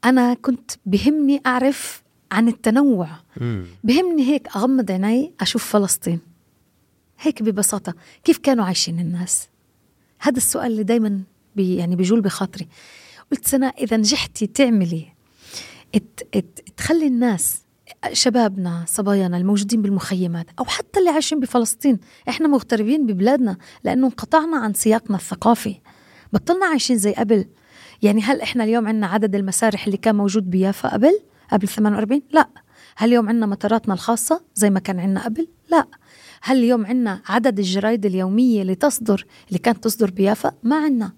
أنا كنت بهمني أعرف عن التنوع. بهمني هيك أغمض عيني أشوف فلسطين هيك ببساطة كيف كانوا عايشين الناس. هذا السؤال اللي دايما يعني بيجول بخاطري. قلت سنة إذا نجحتي تعملي تخلي الناس شبابنا صبايانا الموجودين بالمخيمات أو حتى اللي عايشين بفلسطين، إحنا مغتربين ببلادنا لأنه انقطعنا عن سياقنا الثقافي، بطلنا عايشين زي قبل. يعني هل إحنا اليوم عنا عدد المسارح اللي كان موجود بيافا قبل 48؟ لا. هل اليوم عنا مطاراتنا الخاصة زي ما كان عنا قبل؟ لا. هل اليوم عنا عدد الجرايد اليومية اللي كانت تصدر بيافا؟ ما عنا.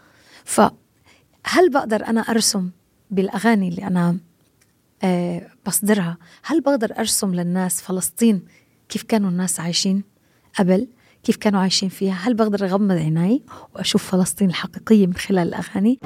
فهل بقدر أنا أرسم بالأغاني اللي أنا بصدرها، هل بقدر أرسم للناس فلسطين كيف كانوا الناس عايشين قبل، كيف كانوا عايشين فيها؟ هل بقدر أغمض عيني وأشوف فلسطين الحقيقية من خلال الأغاني؟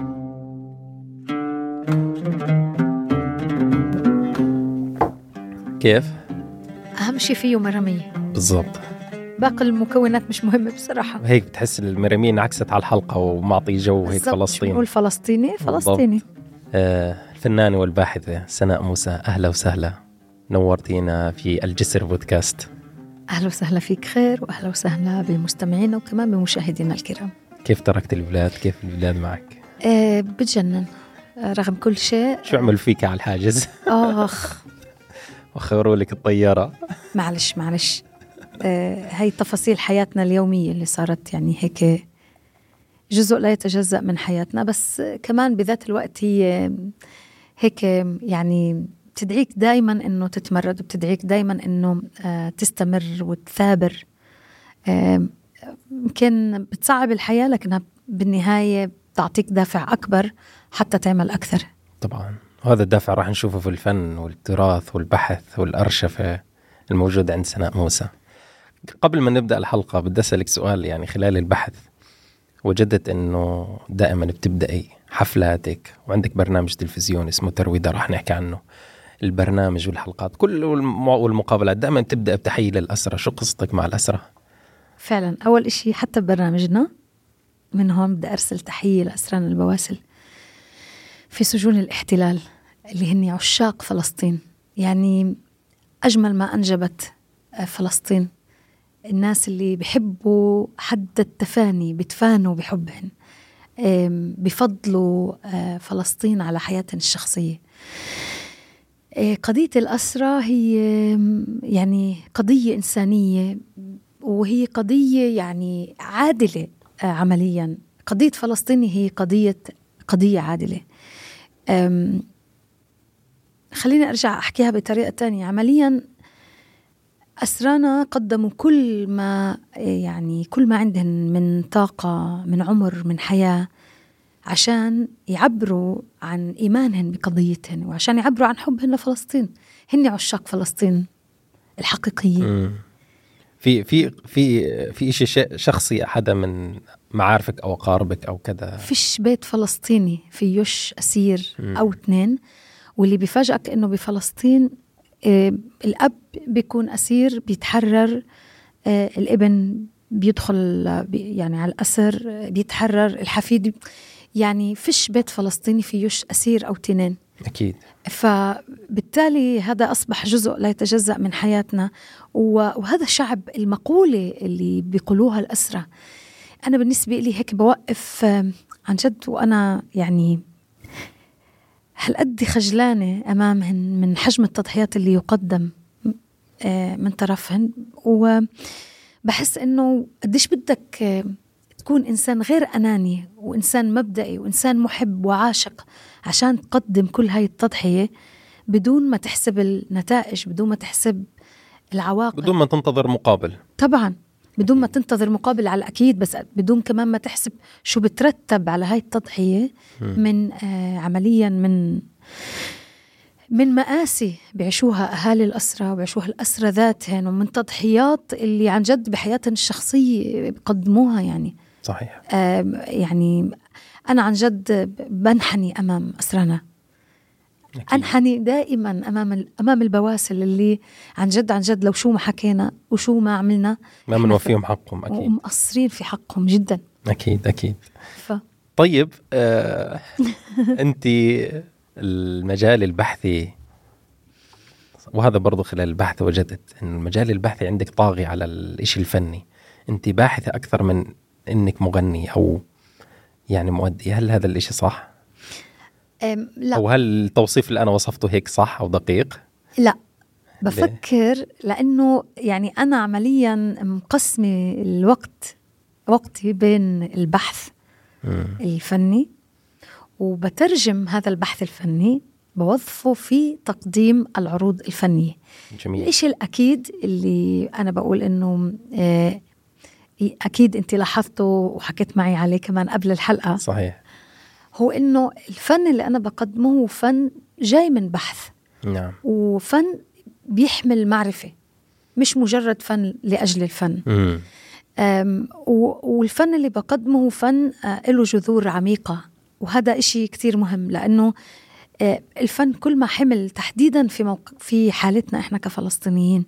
كيف؟ أهم شيء فيه مرامية بالضبط. باقي المكونات مش مهمة بصراحة. هيك بتحس المرامية انعكست على الحلقة ومعطي جو هيك فلسطيني. نقول فلسطيني. الفنانة والباحثة سناء موسى، أهلا وسهلا، نورتينا في الجسر بودكاست. أهلا وسهلا فيك خير، وأهلا وسهلا بمستمعينا وكمان بمشاهدينا الكرام. كيف تركت البلاد؟ كيف البلاد معك؟ بتجنن رغم كل شيء. شو عمل فيك على الحاجز؟ وخيروا لك الطيارة. معلش هاي تفاصيل حياتنا اليومية اللي صارت يعني هيك جزء لا يتجزأ من حياتنا، بس كمان بذات الوقت هي هيك يعني بتدعيك دايما انه تتمرد، وبتدعيك دايما انه تستمر وتثابر. يمكن بتصعب الحياة لكنها بالنهاية بتعطيك دافع أكبر حتى تعمل أكثر. طبعا وهذا الدافع راح نشوفه في الفن والتراث والبحث والأرشفة الموجود عند سناء موسى. قبل ما نبدأ الحلقة بدي أسألك سؤال. يعني خلال البحث وجدت أنه دائما بتبدأي حفلاتك وعندك برنامج تلفزيوني اسمه ترويدة، راح نحكي عنه. البرنامج والحلقات كل والمقابلات دائما تبدأ بتحية للأسرة. شو قصتك مع الأسرة؟ فعلا أول إشي حتى ببرنامجنا من هون بدي أرسل تحية لأسرانا البواسل في سجون الاحتلال اللي هني عشاق فلسطين. يعني أجمل ما أنجبت فلسطين الناس اللي بيحبوا حد التفاني، بتفانوا بحبهن، بفضلوا فلسطين على حياتهم الشخصية. قضية الأسرة هي يعني قضية إنسانية، وهي قضية يعني عادلة عمليا. قضية فلسطين هي قضية عادلة. خليني أرجع أحكيها بطريقة تانية. عمليا أسرانا قدموا كل ما عندهم من طاقة، من عمر، من حياة، عشان يعبروا عن إيمانهن بقضيتهن وعشان يعبروا عن حبهن لفلسطين. هن عشاق فلسطين الحقيقية. في شيء شخصي أحدا من معارفك أو أقاربك أو كذا؟ فيش بيت فلسطيني فيش أسير أو 2. واللي بيفاجئك إنه بفلسطين الأب بيكون أسير بيتحرر، الابن بيدخل يعني على الأسر بيتحرر، الحفيد. يعني فيش بيت فلسطيني فيش أسير أو 2. أكيد. فبالتالي هذا أصبح جزء لا يتجزأ من حياتنا. وهذا الشعب، المقولة اللي بيقولوها الأسرة، أنا بالنسبة لي هيك بوقف عن جد وأنا يعني هالقد خجلانة أمامهن من حجم التضحيات اللي يقدم من طرفهن. وبحس إنه قديش بدك تكون إنسان غير أناني وإنسان مبدئي وإنسان محب وعاشق عشان تقدم كل هاي التضحية بدون ما تحسب النتائج، بدون ما تحسب العواقب، بدون ما تنتظر مقابل. طبعا بدون ما تنتظر مقابل على الأكيد، بس بدون كمان ما تحسب شو بترتب على هاي التضحية من عمليا من مآسي بيعيشوها أهالي الأسرة وبيعيشوها الأسرة ذاتهن، ومن تضحيات اللي عن جد بحياتهم الشخصية بيقدموها. يعني صحيح. يعني أنا عن جد بنحني أمام أسرنا. أنحني دائما أمام البواسل اللي عن جد لو شو ما حكينا وشو ما عملنا ما منوفيهم حقهم. أكيد ومقصرين في حقهم جدا. أكيد. طيب أنت المجال البحثي، وهذا برضو خلال البحث وجدت أن المجال البحثي عندك طاغي على الإشي الفني، أنت باحثة أكثر من أنك مغني أو يعني مؤدي. هل هذا الإشي صح؟ لا. أو هل التوصيف اللي أنا وصفته هيك صح أو دقيق؟ لا، بفكر لأنه يعني أنا عمليا مقسمة وقتي بين البحث الفني وبترجم هذا البحث الفني بوظفه في تقديم العروض الفنية. جميل. الإشي الأكيد اللي أنا بقول إنه أكيد أنت لاحظته وحكيت معي عليه كمان قبل الحلقة. صحيح. هو إنه الفن اللي أنا بقدمه هو فن جاي من بحث. نعم. وفن بيحمل معرفة، مش مجرد فن لأجل الفن. والفن اللي بقدمه هو فن له جذور عميقة، وهذا إشي كتير مهم، لأنه الفن كل ما حمل تحديدا في حالتنا إحنا كفلسطينيين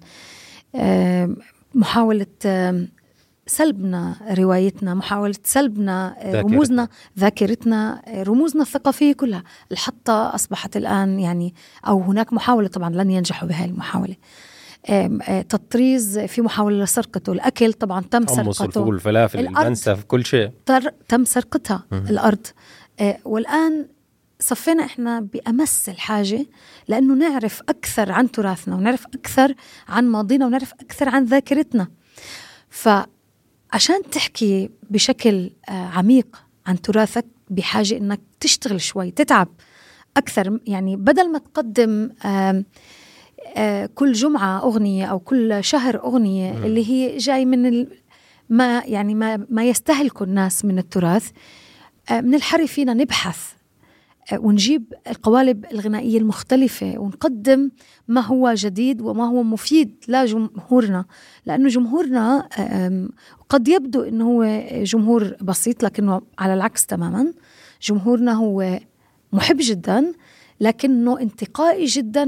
محاولة سلبنا روايتنا، محاولة سلبنا رموزنا، ذاكرتنا، رموزنا الثقافية كلها. الحطة أصبحت الآن يعني، أو هناك محاولة، طبعا لن ينجحوا بهذه المحاولة. تطريز في محاولة لسرقته. الأكل طبعا تم سرقته، الفول، الفلافل، المنسف، كل شيء تم سرقتها. الأرض. والآن صفينا إحنا بأمس الحاجة لأنه نعرف أكثر عن تراثنا، ونعرف أكثر عن ماضينا، ونعرف أكثر عن ذاكرتنا. فعشان تحكي بشكل عميق عن تراثك بحاجة إنك تشتغل شوي، تتعب أكثر. يعني بدل ما تقدم كل جمعة أغنية أو كل شهر أغنية اللي هي جاي من ما يستهلكه الناس من التراث، من الحري فينا نبحث ونجيب القوالب الغنائية المختلفة ونقدم ما هو جديد وما هو مفيد لجمهورنا. لأنه جمهورنا قد يبدو أنه هو جمهور بسيط، لكنه على العكس تماما. جمهورنا هو محب جدا، لكنه انتقائي جدا،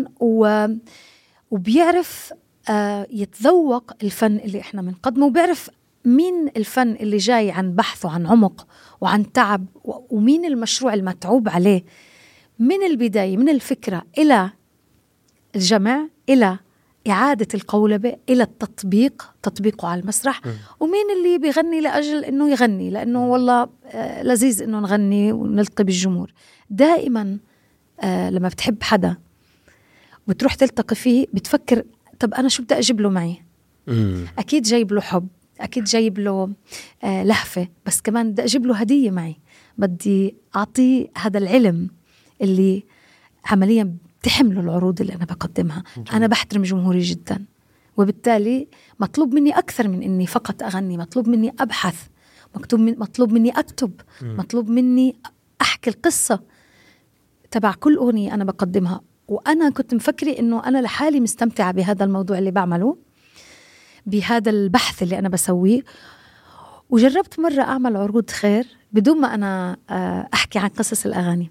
وبيعرف يتذوق الفن اللي احنا بنقدمه، وبيعرف مين الفن اللي جاي عن بحث وعن عمق وعن تعب، ومين المشروع المتعوب عليه من البداية، من الفكرة إلى الجمع، إلى إعادة القولبة، إلى تطبيقه على المسرح. ومين اللي بيغني لأجل إنه يغني، لأنه والله لذيذ إنه نغني ونلتقي بالجمهور. دائما لما بتحب حدا بتروح تلتقي فيه بتفكر طب أنا شو بدي أجيب له معي؟ أكيد جايب له حب، أكيد جايب له لهفة، بس كمان بدي أجيب له هدية معي، بدي أعطيه هذا العلم اللي عمليا بتحمله العروض اللي أنا بقدمها. أنا بحترم جمهوري جدا، وبالتالي مطلوب مني أكثر من إني فقط أغني. مطلوب مني أبحث، مطلوب مني أكتب، مطلوب مني أحكي القصة تبع كل أغنية أنا بقدمها. وأنا كنت مفكرة إنه أنا لحالي مستمتعة بهذا الموضوع اللي بعمله، بهذا البحث اللي أنا بسويه. وجربت مرة أعمل عروض خير بدون ما أنا أحكي عن قصص الأغاني.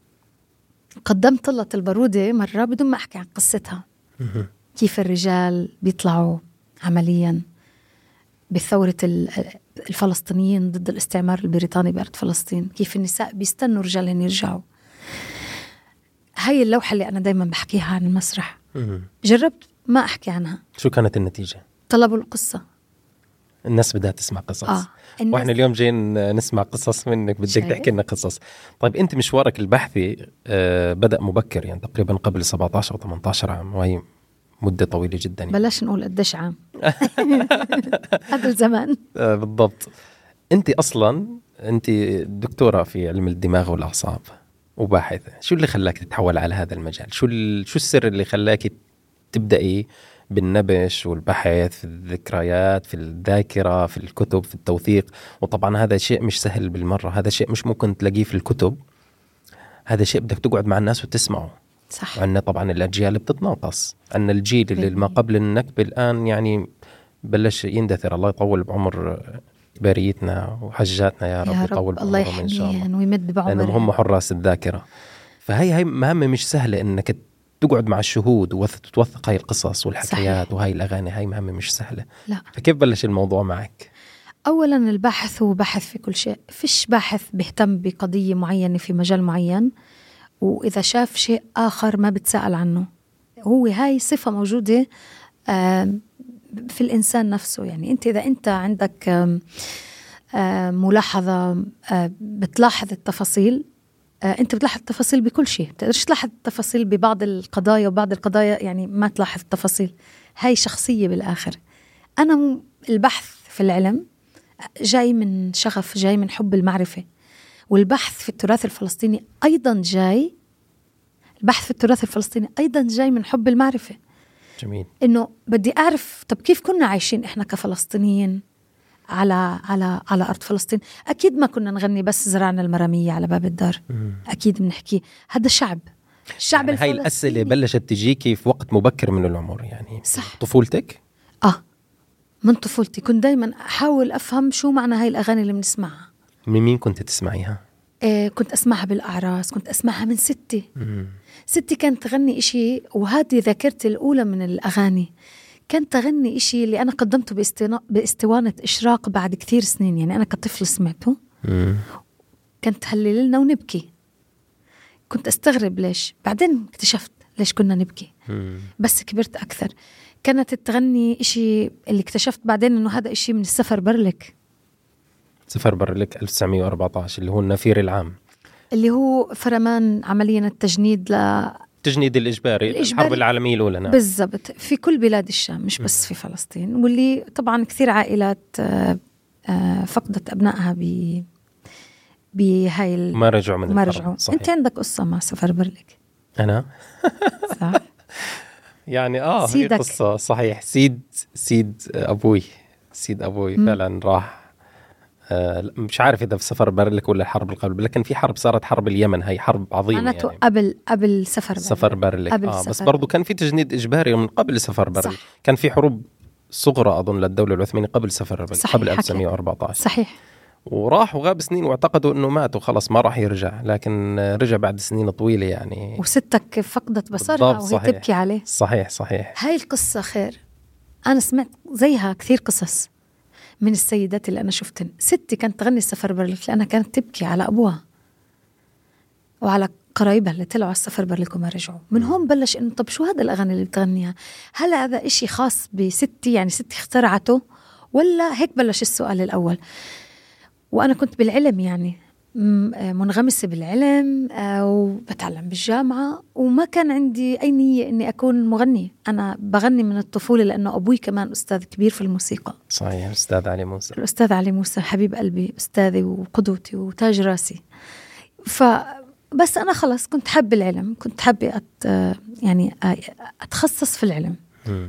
قدمت طلة البارودة مرة بدون ما أحكي عن قصتها، كيف الرجال بيطلعوا عمليا بثورة الفلسطينيين ضد الاستعمار البريطاني بأرض فلسطين، كيف النساء بيستنوا رجالهم يرجعوا. هاي اللوحة اللي أنا دايما بحكيها عن المسرح. جربت ما أحكي عنها. شو كانت النتيجة؟ طلبوا القصة، الناس بدها تسمع قصص. واحنا اليوم جايين نسمع قصص منك، بدك تحكي لنا قصص. طيب انت مشوارك البحثي بدأ مبكر، يعني تقريبا قبل 17 أو 18 عام، وهي مدة طويلة جدا يعني. بلاش نقول قديش عام. هذا الزمان. بالضبط. انت اصلا انت دكتورة في علم الدماغ والأعصاب وباحثة. شو اللي خلاك تتحول على هذا المجال؟ شو السر اللي خلاك تبدأي بالنبش والبحث في الذكريات، في الذاكرة، في الكتب، في التوثيق؟ وطبعا هذا شيء مش سهل بالمرة، هذا شيء مش ممكن تلاقيه في الكتب، هذا شيء بدك تقعد مع الناس وتسمعه. صح. وعندنا طبعا الأجيال بتتناقص، أن الجيل اللي ما قبل النكبة الآن يعني بلش يندثر. الله يطول بعمر كباريتنا وحجاتنا يا رب، يطول بعمرهم إن شاء الله، ويمد بعمرهم، لأنهم هم حراس الذاكرة. فهي مهمة مش سهلة إنك تقعد مع الشهود وتوثق هاي القصص والحكايات. صحيح. وهاي الأغاني هاي مهمة مش سهلة. لا. فكيف بلش الموضوع معك؟ أولا الباحث هو باحث في كل شيء. فيش باحث بيهتم بقضية معينة في مجال معين وإذا شاف شيء آخر ما بتسأل عنه. هو هاي صفة موجودة في الإنسان نفسه. يعني أنت إذا أنت عندك ملاحظة، بتلاحظ التفاصيل، أنت بتلاحظ التفاصيل بكل شيء. بتقدرش تلاحظ التفاصيل ببعض القضايا، وبعض القضايا يعني ما تلاحظ التفاصيل. هاي شخصية بالآخر. أنا البحث في العلم جاي من شغف، جاي من حب المعرفة. والبحث في التراث الفلسطيني أيضا جاي، البحث في التراث الفلسطيني أيضا جاي من حب المعرفة. جميل. إنه بدي أعرف طب كيف كنا عايشين إحنا كفلسطينيين على أرض فلسطين. أكيد ما كنا نغني بس زرعنا المرامية على باب الدار. أكيد بنحكي هذا الشعب يعني هاي الأسئلة بلشت تجيكي في وقت مبكر من العمر، يعني صح. طفولتك؟ من طفولتي كنت دايما أحاول أفهم شو معنى هاي الأغاني اللي بنسمعها. من مين كنت تسمعيها؟ كنت أسمعها بالأعراس، كنت أسمعها من ستي. ستي كانت تغني إشي، وهذه ذاكرتي الأولى من الأغاني. كانت تغني إشي اللي أنا قدمته باستوانة إشراق بعد كثير سنين، يعني أنا كطفل سمعته. كانت تهلل لنا ونبكي. كنت أستغرب ليش، بعدين اكتشفت ليش كنا نبكي. بس كبرت أكثر. كانت تغني إشي اللي اكتشفت بعدين إنه هذا إشي من السفر برلك. سفر برلك 1914 اللي هو النفير العام، اللي هو فرمان عمليا التجنيد التجنيد الإجباري الحرب العالمية الأولى. نعم. بالضبط، في كل بلاد الشام مش بس في فلسطين. واللي طبعا كثير عائلات فقدت أبنائها بهاي ما رجعوا من الحرب. أنت عندك قصة مع سفر برلك؟ أنا صح. يعني هي قصة صحيح. سيد أبوي فعلا راح، مش عارف إذا في سفر برلك ولا الحرب القبل، لكن في حرب صارت، حرب اليمن، هي حرب عظيمة يعني. قبل سفر برلك. بس برضو كان في تجنيد إجباري من قبل سفر برلك. صح. كان في حروب صغرى أظن للدولة العثمانية قبل سفر برلك، قبل 1914. صحيح. وراح وغاب سنين واعتقدوا أنه مات وخلص ما راح يرجع، لكن رجع بعد سنين طويلة يعني. وستك فقدت بصرها وهي تبكي عليه. صحيح. هاي القصة خير. أنا سمعت زيها كثير قصص من السيدات اللي أنا شفتن. ستي كانت تغني السفر برلك لأنها كانت تبكي على أبوها وعلى قرايبها اللي طلعوا على السفر برلك وما رجعوا. من هون بلش إنه طب شو هذا الأغاني اللي بتغنيها؟ هل هذا إشي خاص بستي، يعني ستي اخترعته، ولا هيك بلش السؤال الأول؟ وأنا كنت بالعلم، يعني منغمسة بالعلم وبتعلم بالجامعة، وما كان عندي أي نية أني أكون مغني. أنا بغني من الطفولة لأنه أبوي كمان أستاذ كبير في الموسيقى. صحيح. الأستاذ علي موسى حبيب قلبي، أستاذي وقدوتي وتاج راسي. بس أنا خلص كنت حب العلم، كنت حابة يعني أتخصص في العلم.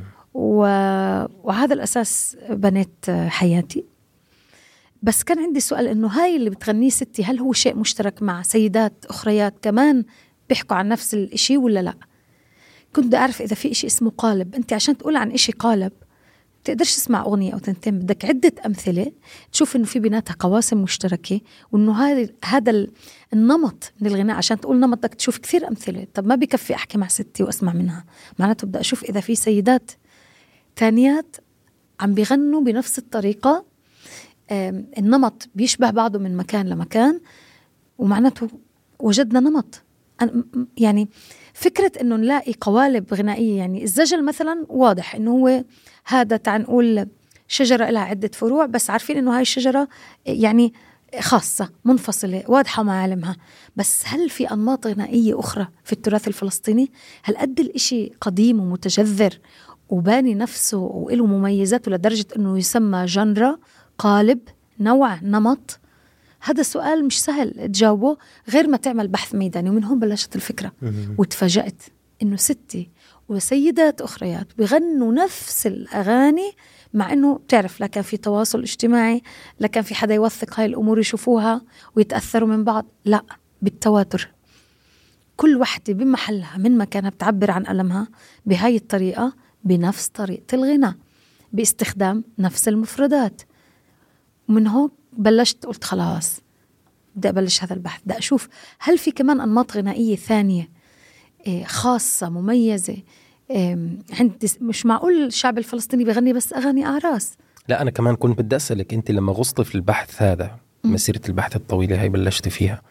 وهذا الأساس بنيت حياتي. بس كان عندي سؤال إنه هاي اللي بتغنيه ستي هل هو شيء مشترك مع سيدات أخريات كمان بيحكوا عن نفس الإشي ولا لا؟ كنت أعرف إذا في إشي اسمه قالب. أنت عشان تقول عن إشي قالب تقدرش تسمع أغنية أو تنتين، بدك عدة أمثلة تشوف إنه في بيناتها قواسم مشتركة، وإنه هذا النمط من الغناء. عشان تقول نمط بدك تشوف كثير أمثلة. طب ما بكفي أحكي مع ستي وأسمع منها، معناته بدي أشوف إذا في سيدات تانيات عم بيغنوا بنفس الطريقة، النمط بيشبه بعضه من مكان لمكان، ومعناته وجدنا نمط. يعني فكرة إنه نلاقي قوالب غنائية، يعني الزجل مثلا واضح إنه هو هذا، تعال نقول شجرة لها عدة فروع، بس عارفين إنه هاي الشجرة يعني خاصة منفصلة واضحة معالمها. بس هل في أنماط غنائية أخرى في التراث الفلسطيني؟ هل قد الإشي قديم ومتجذر وباني نفسه وإله مميزاته لدرجة إنه يسمى جنرا، قالب، نوع، نمط؟ هذا سؤال مش سهل تجاوبه غير ما تعمل بحث ميداني. ومن هون بلشت الفكرة. وتفاجأت إنه ستي وسيدات أخريات بيغنوا نفس الأغاني، مع إنه تعرف لا كان في تواصل اجتماعي، لا كان في حدا يوثق هاي الأمور يشوفوها ويتأثروا من بعض، لا، بالتواتر. كل واحدة بمحلها من مكانها بتعبر عن ألمها بهاي الطريقة، بنفس طريقة الغناء، باستخدام نفس المفردات. ومن هون بلشت قلت خلاص بدي أبلش هذا البحث، بدي أشوف هل في كمان أنماط غنائية ثانية خاصة مميزة. مش معقول الشعب الفلسطيني بيغني بس أغاني أعراس. لا، أنا كمان كنت بدي أسألك، أنت لما غصت في البحث هذا، مسيرة البحث الطويلة هاي بلشت فيها،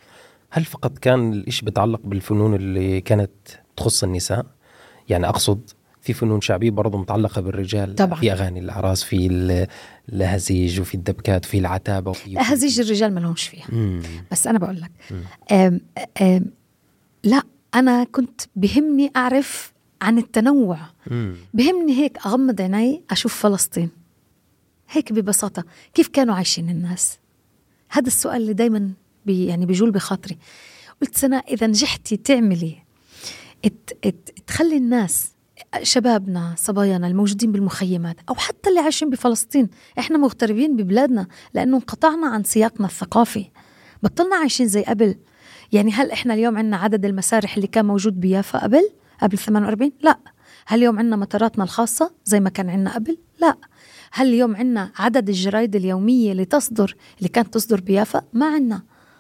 هل فقط كان الإشي بتعلق بالفنون اللي كانت تخص النساء؟ يعني أقصد في فنون شعبية برضو متعلقة بالرجال طبعا. في أغاني الأعراس، في الهزيج وفي الدبكات وفي العتابة وفي هزيج الرجال ما لهمش فيها. بس أنا بقول لك لا، أنا كنت بهمني أعرف عن التنوع. بهمني هيك أغمض عيني أشوف فلسطين هيك ببساطة كيف كانوا عايشين الناس. هذا السؤال اللي دايما يعني بيجول بخاطري. قلت سنة إذا نجحتي تعملي تخلي الناس، شبابنا صبايانا الموجودين بالمخيمات أو حتى اللي عايشين بفلسطين، إحنا مغتربين ببلادنا لأنه انقطعنا عن سياقنا الثقافي، بطلنا عايشين زي قبل. يعني هل إحنا اليوم عنا عدد المسارح اللي كان موجود بيافا قبل 48؟ لا. هل اليوم عنا مطاراتنا الخاصة زي ما كان عنا قبل؟ لا. هل اليوم عنا عدد الجرايد اليومية اللي كانت تصدر بيافا؟ ما عنا.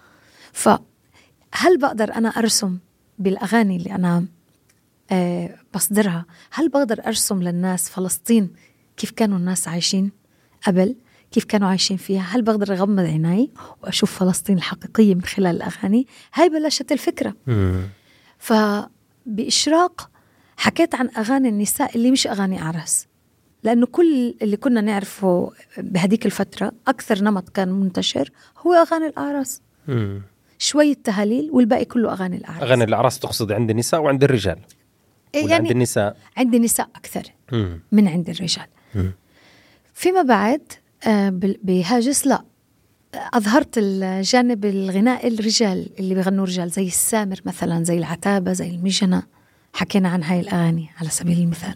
فهل بقدر أنا أرسم بالأغاني اللي أنا بصدرها، هل بقدر أرسم للناس فلسطين كيف كانوا الناس عايشين قبل، كيف كانوا عايشين فيها؟ هل بقدر أغمض عيني وأشوف فلسطين الحقيقية من خلال الأغاني؟ هاي بلشت الفكرة. فبإشراق حكيت عن أغاني النساء اللي مش أغاني أعراس، لأنه كل اللي كنا نعرفه بهديك الفترة أكثر نمط كان منتشر هو أغاني الأعراس. شوية تهاليل والباقي كله أغاني الأعراس. أغاني الأعراس تقصد عند النساء وعند الرجال؟ يعني عند النساء، عند النساء أكثر من عند الرجال. فيما بعد بهاجس لا، أظهرت الجانب الغناء الرجال اللي بيغنوا رجال زي السامر مثلا، زي العتابة، زي المجنة. حكينا عن هاي الأغاني على سبيل المثال.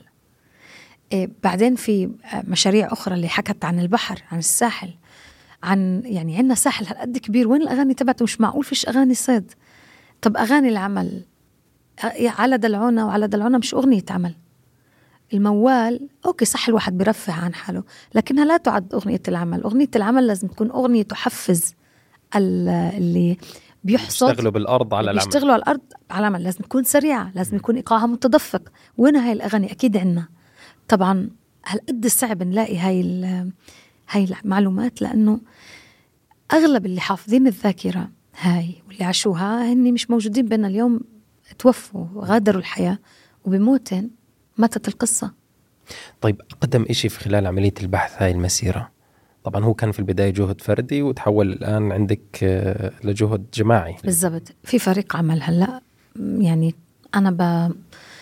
بعدين في مشاريع أخرى اللي حكت عن البحر، عن الساحل، عن يعني عنا ساحل هالقد كبير، وين الأغاني تبعته؟ مش معقول فيش أغاني صيد. طب أغاني العمل على دلعونا، وعلى دلعونا مش أغنية عمل. الموال أوكي صح، الواحد بيرفع عن حاله، لكنها لا تعد أغنية العمل. أغنية العمل لازم تكون أغنية تحفز اللي بيحصد، بيشتغلوا بالأرض على العمل، بيشتغلوا على الأرض على العمل. لازم تكون سريعة، لازم يكون إيقاعها متدفق. وين هاي الأغاني؟ أكيد عنا. طبعا هالقد صعب نلاقي هاي المعلومات، لأنه أغلب اللي حافظين الذاكرة هاي واللي عاشوها هني مش موجودين بيننا اليوم، توفوا وغادروا الحياة، وبموتن ماتت القصة. طيب أقدم إشي في خلال عملية البحث هاي المسيرة، طبعا هو كان في البداية جهد فردي وتحول الآن عندك لجهد جماعي. بالضبط، في فريق عمل هلأ، يعني أنا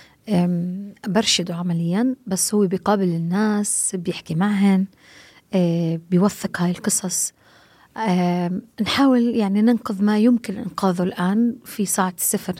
برشده عمليا، بس هو بيقابل الناس، بيحكي معهن، بيوثق هاي القصص. نحاول يعني ننقذ ما يمكن إنقاذه الآن في ساعة الصفر.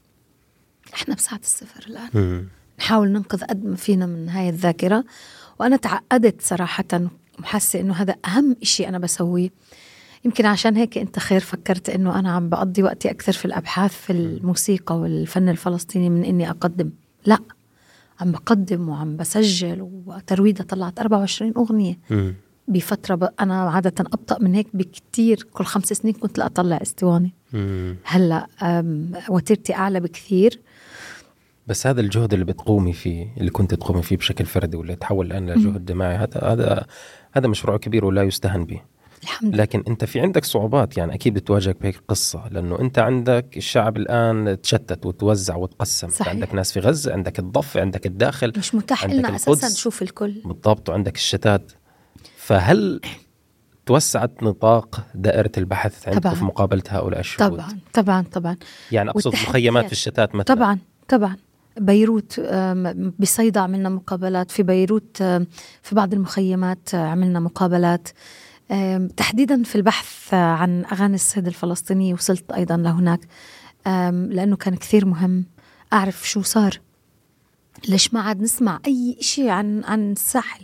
إحنا بساعة الصفر الآن. نحاول ننقذ قد ما فينا من هاي الذاكرة. وأنا تعقدت صراحة، وحاسة إنه هذا أهم إشي أنا بسويه. يمكن عشان هيك أنت خير فكرت إنه أنا عم بقضي وقتي أكثر في الأبحاث في الموسيقى والفن الفلسطيني من إني أقدم. لا، عم بقدم وعم بسجل، وترويدة طلعت 24 أغنية بفترة. أنا عادة أبطأ من هيك بكتير، كل 5 سنين كنت لأطلع اسطواني. هلأ وتيرتي أعلى بكثير. بس هذا الجهد اللي بتقومي فيه، اللي كنت تقومي فيه بشكل فردي واللي تحول الآن لجهد جماعي، هذا مشروع كبير ولا يستهان به. لكن أنت في عندك صعوبات، يعني أكيد بتواجهك بهيك قصة، لأنه أنت عندك الشعب الآن تشتت وتوزع وتقسم. عندك ناس في غزة، عندك الضفة، عندك الداخل، مش متاح لنا أساسا نشوف الكل بالضبط، وعندك الشتات. فهل توسعت نطاق دائرة البحث عندك في مقابلة هؤلاء الشهود؟ طبعا. يعني أقصد مخيمات في الشتات مثلا. طبعا بيروت، بصيدا عملنا مقابلات، في بيروت في بعض المخيمات عملنا مقابلات، تحديدا في البحث عن أغاني الصيد الفلسطينية. وصلت أيضا لهناك لأنه كان كثير مهم أعرف شو صار، ليش ما عاد نسمع أي شيء عن الساحل.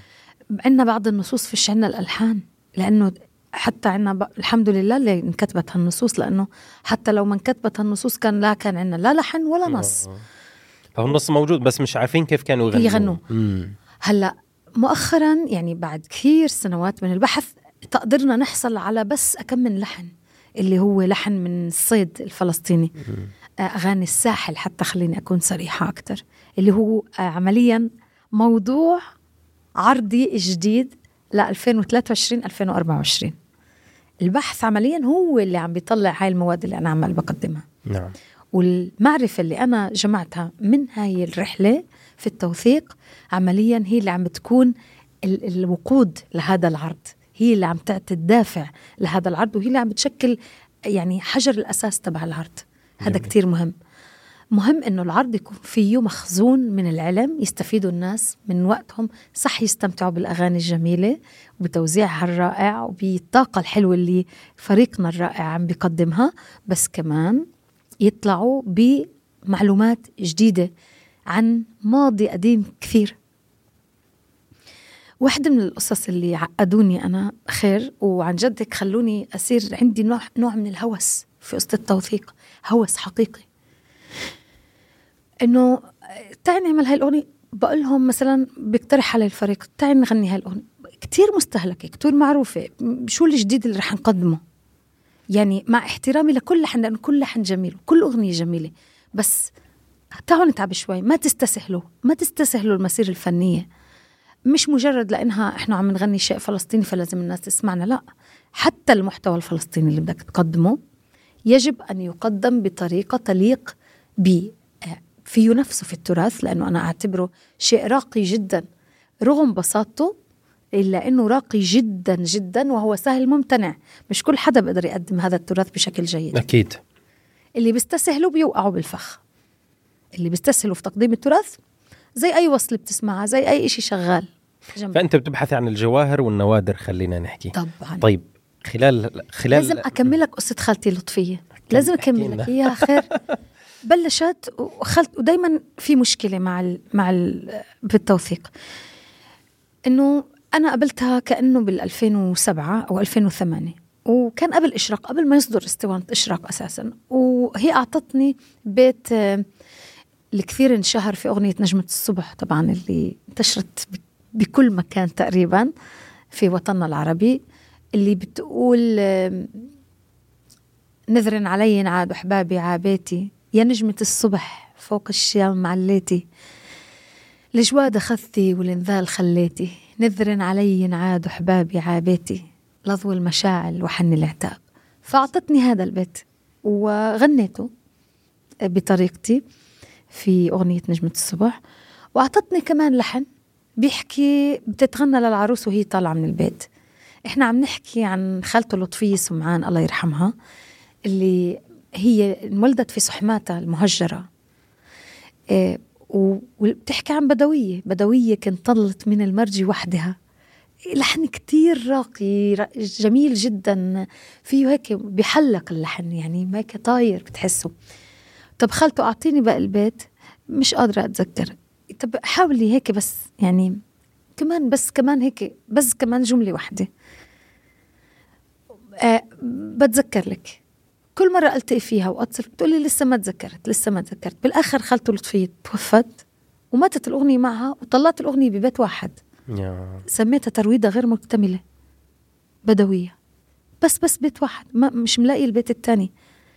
عنا بعض النصوص فيش عنا الألحان، لأنه حتى عنا الحمد لله اللي انكتبت هالنصوص، لأنه حتى لو ما انكتبت هالنصوص كان عنا لا لحن ولا نص. فهو النص موجود بس مش عارفين كيف كانوا يغنوا. هلأ مؤخرا يعني بعد كثير سنوات من البحث تقدرنا نحصل على بس أكم من لحن، اللي هو لحن من الصيد الفلسطيني، أغاني الساحل. حتى خليني أكون صريحة أكتر، اللي هو عمليا موضوع عرضي جديد ل 2023-2024. البحث عمليا هو اللي عم بيطلع هاي المواد اللي أنا عمال بقدمها. نعم. والمعرفة اللي أنا جمعتها من هاي الرحلة في التوثيق عمليا هي اللي عم بتكون الوقود لهذا العرض، هي اللي عم تعطي الدافع لهذا العرض، وهي اللي عم بتشكل يعني حجر الأساس تبع العرض. هذا كتير مهم إنه العرض يكون فيه مخزون من العلم، يستفيدوا الناس من وقتهم، صح يستمتعوا بالأغاني الجميلة وبتوزيعها الرائع وبالطاقة الحلوة اللي فريقنا الرائع عم بيقدمها، بس كمان يطلعوا بمعلومات جديدة عن ماضي قديم كثير. واحدة من القصص اللي عقدوني أنا خير وعن جدك خلوني أصير عندي نوع من الهوس في قصة التوثيق، هوس حقيقي، إنه تعالي نعمل هاي الأغنية. بقولهم مثلا بيقترح على الفريق تعالي نغني هاي الأغنية كتير مستهلكة كتير معروفة، شو الجديد اللي رح نقدمه؟ يعني مع احترامي لكل لحن، لأنه كل لحن جميل وكل أغنية جميلة، بس تعالوا نتعب شوي، ما تستسهلوا المسيرة الفنية. مش مجرد لأنها إحنا عم نغني شيء فلسطيني فلازم الناس تسمعنا، لا، حتى المحتوى الفلسطيني اللي بدك تقدمه يجب أن يقدم بطريقة تليق فيه نفسه في التراث، لأنه أنا أعتبره شيء راقي جدا رغم بساطته، إلا أنه راقي جدا جدا وهو سهل ممتنع. مش كل حدا بيقدر يقدم هذا التراث بشكل جيد. أكيد. اللي بيستسهلوا بيوقعوا بالفخ، اللي بيستسهلوا في تقديم التراث زي أي وصل بتسمعها، زي أي إشي شغال جنب. فأنت بتبحث عن الجواهر والنوادر، خلينا نحكي. طبعا. طيب خلال لازم أكملك قصة خالتي لطفية، لازم أكملك إياها خير. بلشت ودايما في مشكلة بالتوثيق، إنه أنا قابلتها كأنه بال2007 أو 2008، وكان قبل إشراق، قبل ما يصدر اسطوانة إشراق أساسا، وهي أعطتني بيت الكثير انشهر في أغنية نجمة الصبح طبعا، اللي انتشرت بكل مكان تقريبا في وطننا العربي، اللي بتقول نذر علي عاد أحبابي عابيتي، يا نجمة الصبح فوق الشام عليتي، الجواد أخذتي والانذال خليتي، نذر علي عاد أحبابي عابيتي، لضو المشاعل وحن العتاب. فأعطتني هذا البيت وغنيته بطريقتي في أغنية نجمة الصبح، وأعطتني كمان لحن بيحكي بتتغنى للعروس وهي طالعة من البيت. إحنا عم نحكي عن خالته لطفية سمعان الله يرحمها، اللي هي انولدت في سحماتها المهجرة، وبتحكي عن بدوية كانت طلت من المرج وحدها. لحن كتير راقي جميل جدا، فيه هيك بيحلق اللحن، يعني هيك طاير بتحسه. طب خالته أعطيني بقى البيت، مش قادرة أتذكر. طب حاولي هيك بس، يعني كمان هيك بس كمان جملة واحدة. بتذكر لك كل مرة ألتقي فيها وأتصل بتقولي لسه ما تذكرت. بالآخر خالته لطفية توفت وماتت الأغنية معها، وطلعت الأغنية ببيت واحد سميتها ترويضة غير مكتملة بدوية، بس بيت واحد، مش ملاقي البيت التاني.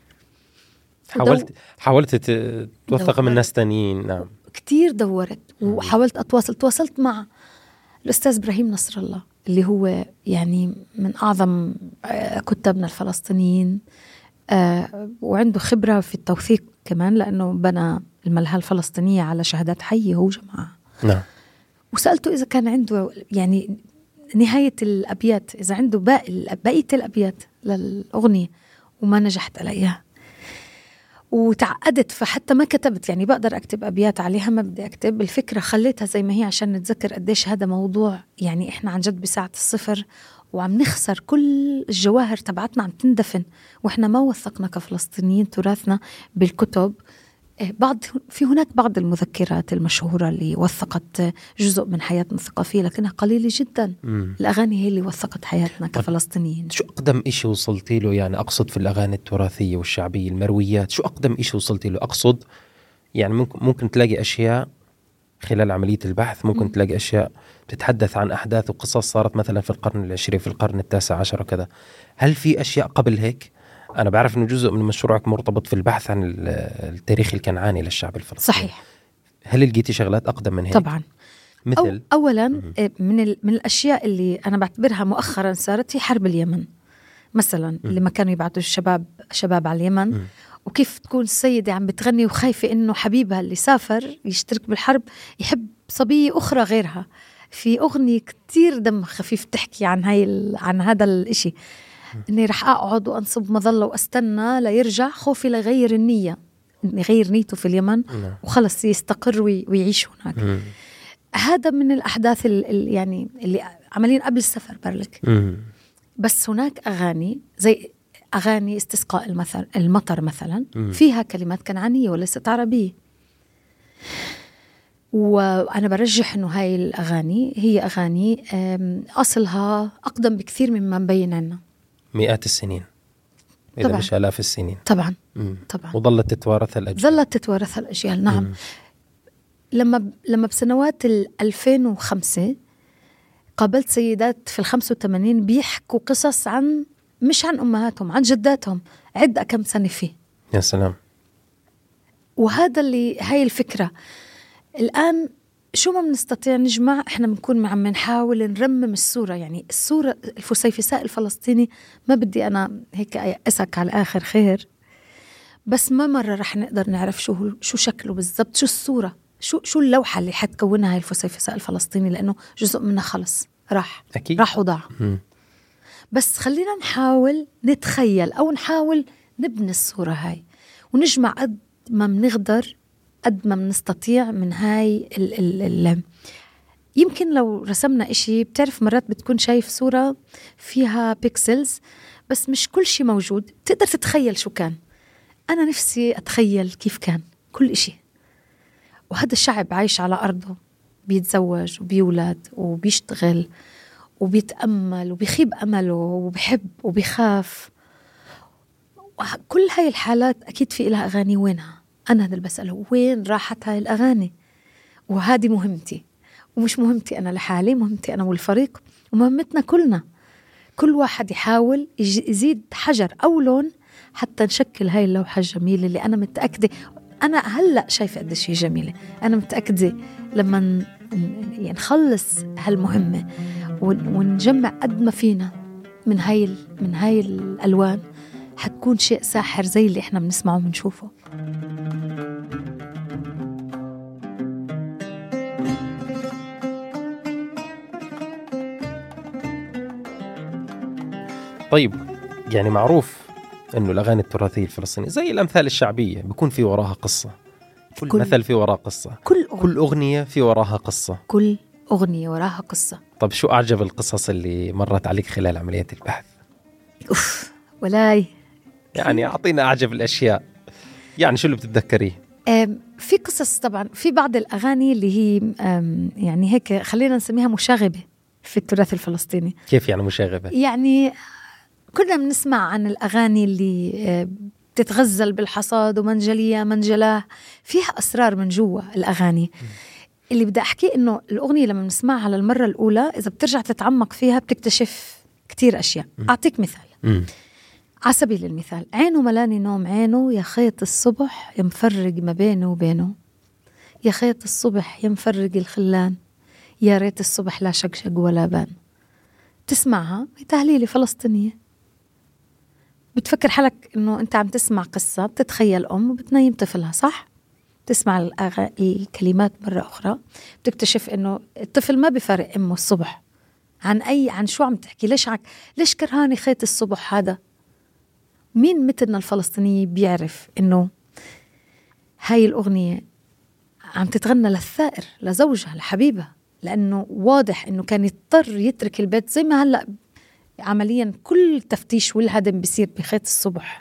حاولت توثق من ناس تانيين. نعم كتير دورت وحاولت تواصلت مع الأستاذ إبراهيم نصر الله، اللي هو يعني من أعظم كتابنا الفلسطينيين، وعنده خبرة في التوثيق كمان، لأنه بنى الملهى الفلسطينية على شهادات حية هو جمعها. نعم. وسألته إذا كان عنده يعني نهاية الأبيات، إذا عنده بقية الأبيات للأغنية، وما نجحت ألاقيها وتعقدت، فحتى ما كتبت. يعني بقدر أكتب أبيات عليها، ما بدي أكتب الفكرة، خليتها زي ما هي عشان نتذكر قديش هذا موضوع. يعني إحنا عن جد بساعة الصفر وعم نخسر كل الجواهر تبعتنا، عم تندفن، وإحنا ما وثقنا كفلسطينيين تراثنا بالكتب. هناك بعض المذكرات المشهورة اللي وثقت جزء من حياتنا الثقافية، لكنها قليلة جدا. الأغاني هي اللي وثقت حياتنا كفلسطينيين. شو أقدم إشي وصلتي له؟ يعني أقصد في الأغاني التراثية والشعبية المرويات، شو أقدم إشي وصلتي له؟ أقصد يعني ممكن تلاقي أشياء خلال عملية البحث، ممكن تلاقي أشياء بتتحدث عن أحداث وقصص صارت مثلا في القرن العشرين، في القرن التاسع عشر كذا. هل في أشياء قبل هيك؟ أنا بعرف إنه جزء من مشروعك مرتبط في البحث عن التاريخ الكنعاني للشعب الفلسطيني. صحيح. هل لقيتي شغلات أقدم من هيك؟ طبعا. مثل أولا من الأشياء اللي أنا بعتبرها مؤخرا صارت هي حرب اليمن. مثلا لما كانوا يبعتوا شباب على اليمن، وكيف تكون السيدة عم بتغني وخايفة إنه حبيبها اللي سافر يشترك بالحرب يحب صبية أخرى غيرها. في أغنية كتير دم خفيف تحكي عن هذا الإشي، إني رح أقعد وأنصب مظلة وأستنى ليرجع، خوفي ليغير النية، يغير نيته في اليمن وخلص يستقر ويعيش هناك. هذا من الأحداث يعني اللي عملين قبل السفر برلك. بس هناك أغاني زي أغاني استسقاء المطر مثلا، فيها كلمات كنعانية وليست عربية. وأنا برجح أنه هاي الأغاني هي أغاني أصلها أقدم بكثير مما مبين عنا، مئات السنين، إذا طبعاً. مش آلاف السنين. طبعا. وظلت تتوارث الأجيال. نعم. لما بسنوات 2005 قابلت سيدات في 85 بيحكوا قصص مش عن أمهاتهم، عن جداتهم عدة كم سنة فيه. يا سلام. وهذا هاي الفكرة. الآن شو ما بنستطيع نجمع، احنا بنكون عم نحاول نرمم الصورة. يعني الصورة الفسيفساء الفلسطيني ما بدي أنا هيك أسك على آخر خير، بس ما مرة رح نقدر نعرف شو شكله بالضبط، شو الصورة، شو اللوحة اللي حتكونها هاي الفسيفساء الفلسطيني، لأنه جزء منها خلص أكيد. راح وضاع. بس خلينا نحاول نتخيل أو نحاول نبني الصورة هاي ونجمع قد ما بنقدر، قد ما بنستطيع من هاي يمكن لو رسمنا إشي، بتعرف مرات بتكون شايف صورة فيها بيكسلز بس مش كل شي موجود، تقدر تتخيل شو كان. أنا نفسي أتخيل كيف كان كل إشي. وهذا الشعب عايش على أرضه، بيتزوج وبيولد وبيشتغل وبيتأمل وبيخيب أمله وبيحب وبيخاف. كل هاي الحالات أكيد في إلها أغاني. وينها؟ أنا هذا اللي بسأله، وين راحت هاي الأغاني؟ وهذه مهمتي، ومش مهمتي أنا لحالي، مهمتي أنا والفريق، ومهمتنا كلنا. كل واحد يحاول يزيد حجر أو لون حتى نشكل هاي اللوحة الجميلة اللي أنا متأكدة. أنا هلأ شايفة قديش هي جميلة. أنا متأكدة لما نخلص هالمهمة ونجمع قد ما فينا من هاي الألوان، حتكون شيء ساحر زي اللي إحنا بنسمعه وبنشوفه. طيب، يعني معروف إنه الأغاني التراثية الفلسطينية زي الأمثال الشعبية بيكون في وراها قصة. كل مثل في وراها قصة. كل أغنية في وراها قصة. كل أغنية وراها قصة. طب شو أعجب القصص اللي مرت عليك خلال عملية البحث؟ ولاي يعني أعطينا أعجب الأشياء، يعني شو اللي بتتذكريه؟ في قصص طبعا، في بعض الأغاني اللي هي يعني هيك خلينا نسميها مشاغبة في التراث الفلسطيني. كيف يعني مشاغبة؟ يعني كنا بنسمع عن الأغاني اللي بتتغزل بالحصاد ومنجلية منجلاه، فيها أسرار من جوا الأغاني. اللي بدي أحكي إنه الأغنية لما نسمعها للمرة الأولى إذا بترجع تتعمق فيها بتكتشف كتير أشياء. أعطيك مثال. على سبيل المثال، عينه ملاني نوم عينه، يا خيط الصبح يمفرق ما بينه وبينه، يا خيط الصبح يمفرق الخلان، يا ريت الصبح لا شقشق ولا بان. تسمعها تهليلة فلسطينية، بتفكر حالك إنه أنت عم تسمع قصة، بتتخيل أم وبتنيم طفلها، صح؟ تسمع الكلمات مرة أخرى بتكتشف إنه الطفل ما بيفرق أمه الصبح عن شو عم تحكي. ليش كرهاني خيط الصبح هذا؟ مين مثلنا الفلسطيني بيعرف إنه هاي الأغنية عم تتغنى للثائر، لزوجها، لحبيبها، لأنه واضح إنه كان يضطر يترك البيت. زي ما هلأ عمليا كل تفتيش والهدم بيصير بخيط الصبح،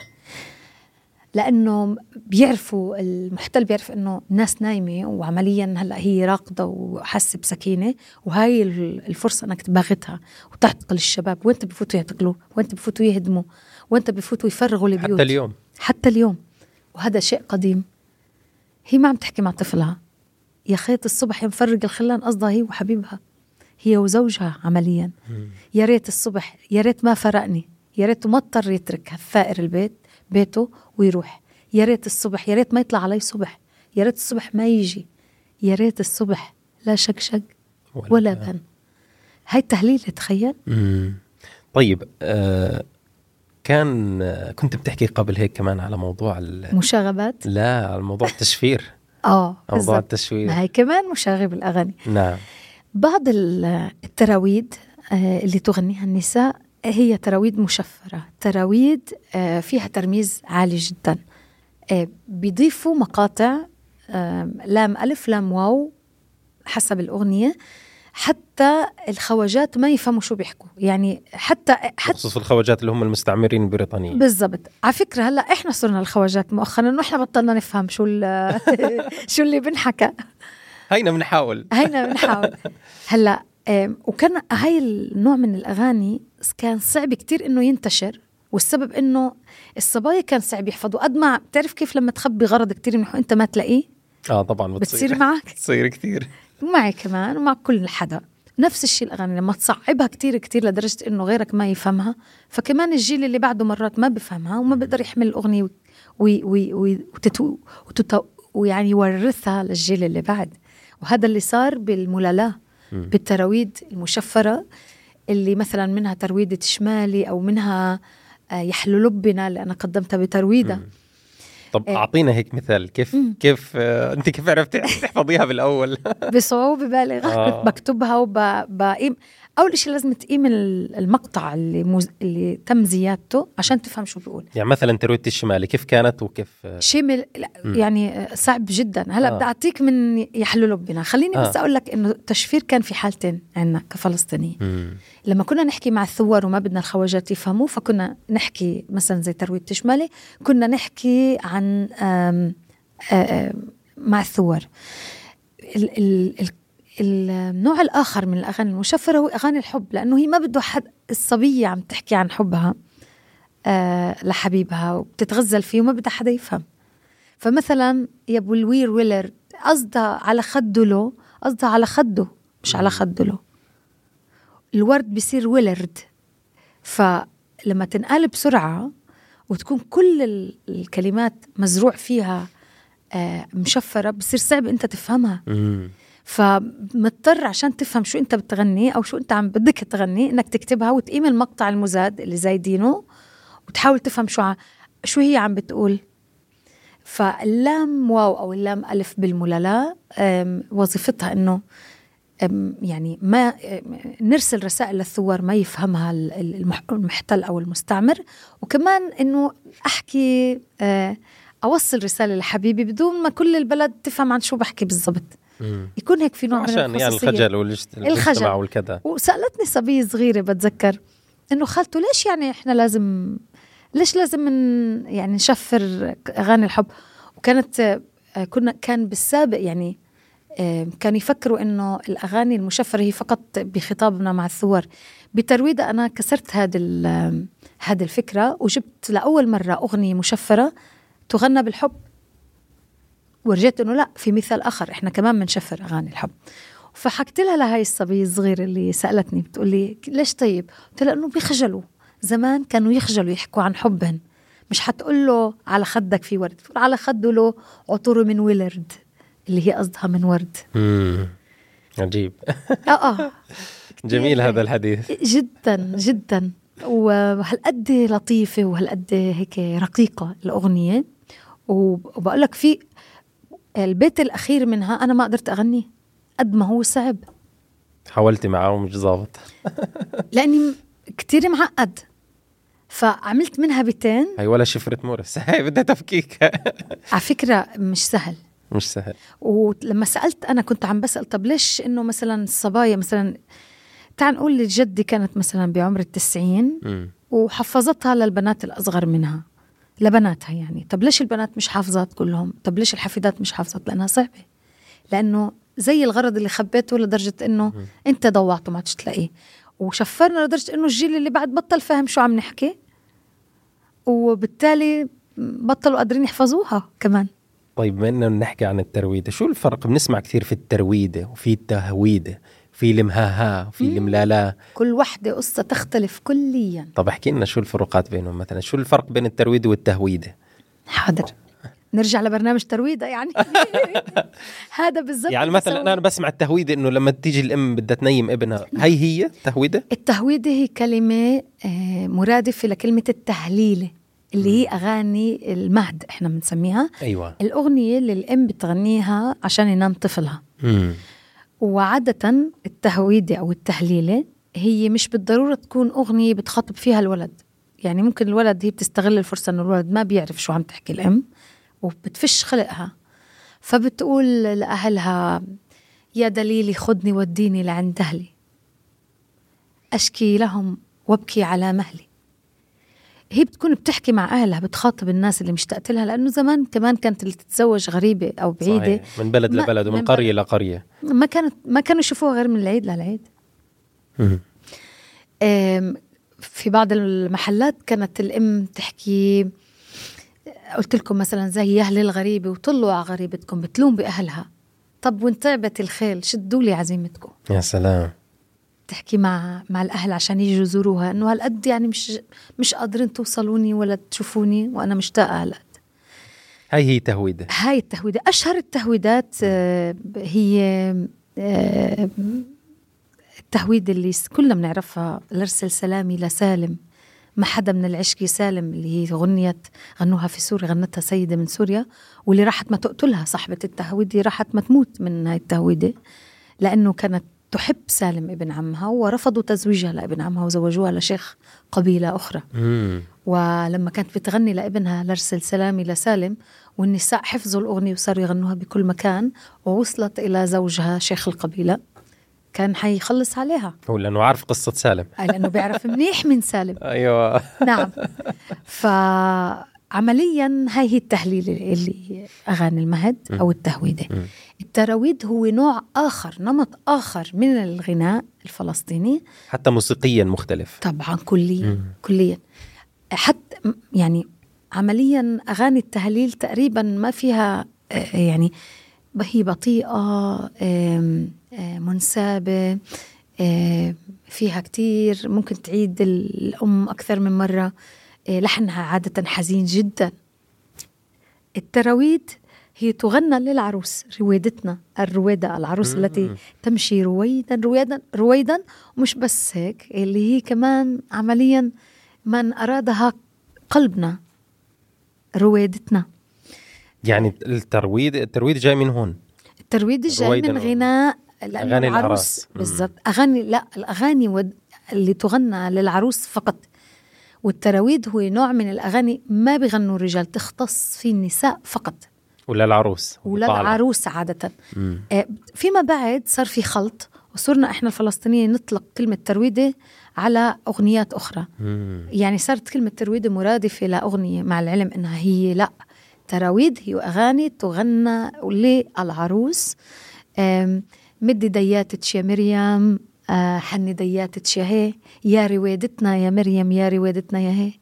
لأنه بيعرفوا المحتل بيعرف إنه الناس نايمة، وعمليا هلأ هي راقدة وحاسة بسكينة، وهاي الفرصة أنك تباغتها وتعتقل الشباب. وانت بفوتوا يعتقلوا، وانت بفوتوا يهدموا، وانت بفوتوا يفرغوا البيوت حتى اليوم. وهذا شيء قديم. هي ما عم تحكي مع طفلها يا خيط الصبح ينفرق الخلان، قصدها هي وحبيبها، هي وزوجها عمليا. يا ريت الصبح، يا ريت ما فرقني، يا ريت ما اضطر يترك الثائر بيته ويروح. يا ريت الصبح، يا ريت ما يطلع علي صبح، يا ريت الصبح ما يجي، يا ريت الصبح لا شقشق ولا بن. هاي التهليل تخيل. طيب، كنت بتحكي قبل هيك كمان على موضوع مشاغبات. لا، على موضوع التشفير. موضوع التشفير، ما هي كمان مشاغب الأغاني. نعم. بعض التراويد اللي تغنيها النساء هي تراويد مشفرة، تراويد فيها ترميز عالي جدا. بيضيفوا مقاطع لام ألف لام واو حسب الأغنية، حتى الخواجات ما يفهموا شو بيحكوا، يعني حتى خصوص الخواجات اللي هم المستعمرين البريطانيين. بالضبط. على فكرة هلا احنا صرنا الخواجات مؤخرا، انه احنا بطلنا نفهم شو شو اللي بنحكى. هينا بنحاول هلا وكان هاي النوع من الأغاني كان صعب كتير إنه ينتشر، والسبب إنه الصبايا كان صعب يحفظوا. قد ما بتعرف كيف لما تخبي غرض كتير منه أنت ما تلاقيه. طبعا بتصير معك، تصير كتير، ومعي كمان ومع كل حدا. نفس الشيء الأغاني لما تصعبها كتير كتير لدرجة إنه غيرك ما يفهمها، فكمان الجيل اللي بعده مرات ما بفهمها وما بيقدر يحمل الأغنية ويعني يورثها للجيل اللي بعد. وهذا اللي صار بالملالاه، بالتراويد المشفرة اللي مثلا منها ترويدة شمالي أو منها يحلو لبنا اللي أنا قدمتها بترويدة. طب أعطينا هيك مثال. كيف أنت كيف عرفت تحفظيها بالأول؟ بصعوبة بالغة. كنت بكتبها وبقيم. أول إشي لازم تقيم المقطع اللي تم زيادته عشان تفهم شو بيقول. يعني مثلا ترويدة الشمالي كيف كانت وكيف شيء يعني صعب جدا. هلا بدي أعطيك من يحلو لبنا. خليني بس أقول لك إنه التشفير كان في حالتين عندنا كفلسطيني. لما كنا نحكي مع الثوار وما بدنا الخواجات يفهموا، فكنا نحكي مثلا زي ترويدة الشمالي، كنا نحكي عن مع الثوار. النوع الآخر من الأغاني المشفرة هو أغاني الحب، لأنه هي ما بده حد. الصبية عم تحكي عن حبها لحبيبها وبتتغزل فيه وما بدها حدا يفهم. فمثلا يا أبو الوير ويلر قصدها على خده له، قصدها على خده مش على خده له. الورد بيصير ويلرد. فلما تنقال بسرعة وتكون كل الكلمات مزروع فيها مشفرة، بصير صعب أنت تفهمها. فمضطر عشان تفهم شو أنت بتغني أو شو أنت عم بدك تغني إنك تكتبها وتقيم المقطع المزاد اللي زايدينه وتحاول تفهم شو هي عم بتقول. فاللام واو أو اللام ألف بالملالاه وظيفتها إنه يعني ما نرسل رسائل للثوار ما يفهمها المحتل أو المستعمر، وكمان إنه أحكي أوصل رسالة لحبيبي بدون ما كل البلد تفهم عن شو بحكي بالضبط. يكون هيك في نوع من الخصوصية، يعني الخجل والاجتماع والكذا. وسألتني صبية صغيرة بتذكر إنه خالته ليش يعني إحنا لازم يعني نشفر أغاني الحب. وكانت كان بالسابق يعني كانوا يفكروا إنه الأغاني المشفرة هي فقط بخطابنا مع الثوار. بترويدة أنا كسرت هذه الفكرة وجبت لأول مرة أغنية مشفرة تغنى بالحب، ورجيت إنه لا، في مثال آخر إحنا كمان بنشفر أغاني الحب. فحكت لها لهاي الصبية الصغيرة اللي سألتني بتقول لي ليش طيب؟ قلت لها إنه بيخجلوا، زمان كانوا يخجلوا يحكوا عن حبهن. مش حتقول له على خدك في ورد، تقول على خده له عطور من ولرد اللي هي قصدها من ورد. عجيب. جميل هذا الحديث جدا جدا، وهالقد لطيفة وهالقد هيك رقيقة الأغنية. وبقول لك في البيت الأخير منها أنا ما قدرت أغني قد ما هو صعب. حاولتي معه ومش ضابط؟ لأني كتير معقد، فعملت منها بيتين. هاي ولا شفرة مورس، هاي بدها تفكيك. على فكرة مش سهل. ولما سألت أنا كنت عم بسأل طب ليش إنه مثلا الصبايا مثلا تعال نقول لي جدي كانت مثلا بعمر 90 وحفظتها للبنات الأصغر منها لبناتها يعني. طب ليش البنات مش حافظات كلهم؟ طب ليش الحفيدات مش حافظات؟ لأنها صعبة، لأنه زي الغرض اللي خبيته لدرجة إنه أنت ضوعته ما تلاقيه، وشفرنا لدرجة إنه الجيل اللي بعد بطل فهم شو عم نحكي، وبالتالي بطلوا قادرين يحفظوها كمان. طيب بما إننا نحكي عن الترويدة، شو الفرق؟ بنسمع كثير في الترويدة وفي التهويدة، في المهاها وفي الملالا، كل واحدة قصة تختلف كليا. طب احكي لنا شو الفروقات بينهم، مثلا شو الفرق بين الترويدة والتهويدة؟ حاضر. نرجع لبرنامج ترويدة يعني. هذا بالضبط. يعني مثلا أنا بسمع التهويدة إنه لما تيجي الأم بدها تنيم ابنها، هي تهويدة. التهويدة هي كلمة مرادفة لكلمة التهليلة اللي هي أغاني المهد إحنا بنسميها. أيوة. الأغنية اللي الأم بتغنيها عشان ينام طفلها. وعادة التهويدة أو التهليلة هي مش بالضرورة تكون أغنية بتخاطب فيها الولد. يعني ممكن الولد هي بتستغل الفرصة إنه الولد ما بيعرف شو عم تحكي الأم وبتفش خلقها، فبتقول لأهلها يا دليلي خدني وديني لعند أهلي أشكي لهم وابكي على مهلي. هي بتكون بتحكي مع أهلها، بتخاطب الناس اللي مشتقت لها، لأنه زمان كمان كانت اللي تتزوج غريبة أو بعيدة صحيح. من بلد لبلد ومن قرية لقرية، ما كانوا يشوفوها غير من العيد للعيد. في بعض المحلات كانت الأم تحكي، قلت لكم مثلا زي يا أهل الغريبة وطلوا على غريبتكم، بتلوم بأهلها. طب وين تعبت الخيل شدوا لي عزيمتكم. يا سلام. تحكي مع الأهل عشان يجوا يزوروها، إنه هالقد يعني مش قادرين توصلوني ولا تشوفوني وأنا مشتاقة هالقد. هاي تهويدة. هاي التهويدة. أشهر التهويدات هي التهويدة اللي كلنا بنعرفها، لرسل سلامي لسالم ما حدا من العشق سالم، اللي هي غنوها في سوريا، غنتها سيدة من سوريا، واللي راحت ما تقتلها صاحبة التهويدة، راحت ما تموت من هاي التهويدة لأنه كانت تحب سالم ابن عمها ورفضوا تزويجها لابن عمها وزوجوها لشيخ قبيلة أخرى. ولما كانت بتغني لابنها لرسل سلامي لسالم، والنساء حفظوا الأغنية وصاروا يغنوها بكل مكان، ووصلت إلى زوجها شيخ القبيلة، كان حيخلص عليها. هو لأنه عارف قصة سالم. لأنه بيعرف منيح من سالم. أيوة. نعم. فعمليا هاي التهليل اللي أغاني المهد أو التهويدة. التراويد هو نوع آخر، نمط آخر من الغناء الفلسطيني، حتى موسيقيا مختلف طبعا كليا. حتى يعني عمليا أغاني التهليل تقريبا ما فيها يعني هي بطيئة، منسابة، فيها كتير، ممكن تعيد الأم أكثر من مرة، لحنها عادة حزين جدا. التراويد هي تغنى للعروس، رويدتنا الرويدة، العروس التي تمشي رويدا رويدا رويدا. ومش بس هيك، اللي هي كمان عمليا من أرادها قلبنا، رويدتنا. يعني الترويد جاي من هون. الترويد جاي من غناء أغاني العروس بالضبط. الأغاني اللي تغنى للعروس فقط. والتراويد هو نوع من الأغاني ما بيغنوا الرجال، تختص في النساء فقط، ولا العروس عادة. فيما بعد صار في خلط، وصرنا إحنا الفلسطينيين نطلق كلمة ترويدة على أغنيات أخرى. يعني صارت كلمة ترويدة مرادفة لأغنية، مع العلم إنها هي لا، تراويد هي أغاني تغنى للعروس. مدي دياتك يا مريم، حني دياتك يا هي، يا رويدتنا يا مريم، يا رويدتنا يا هي.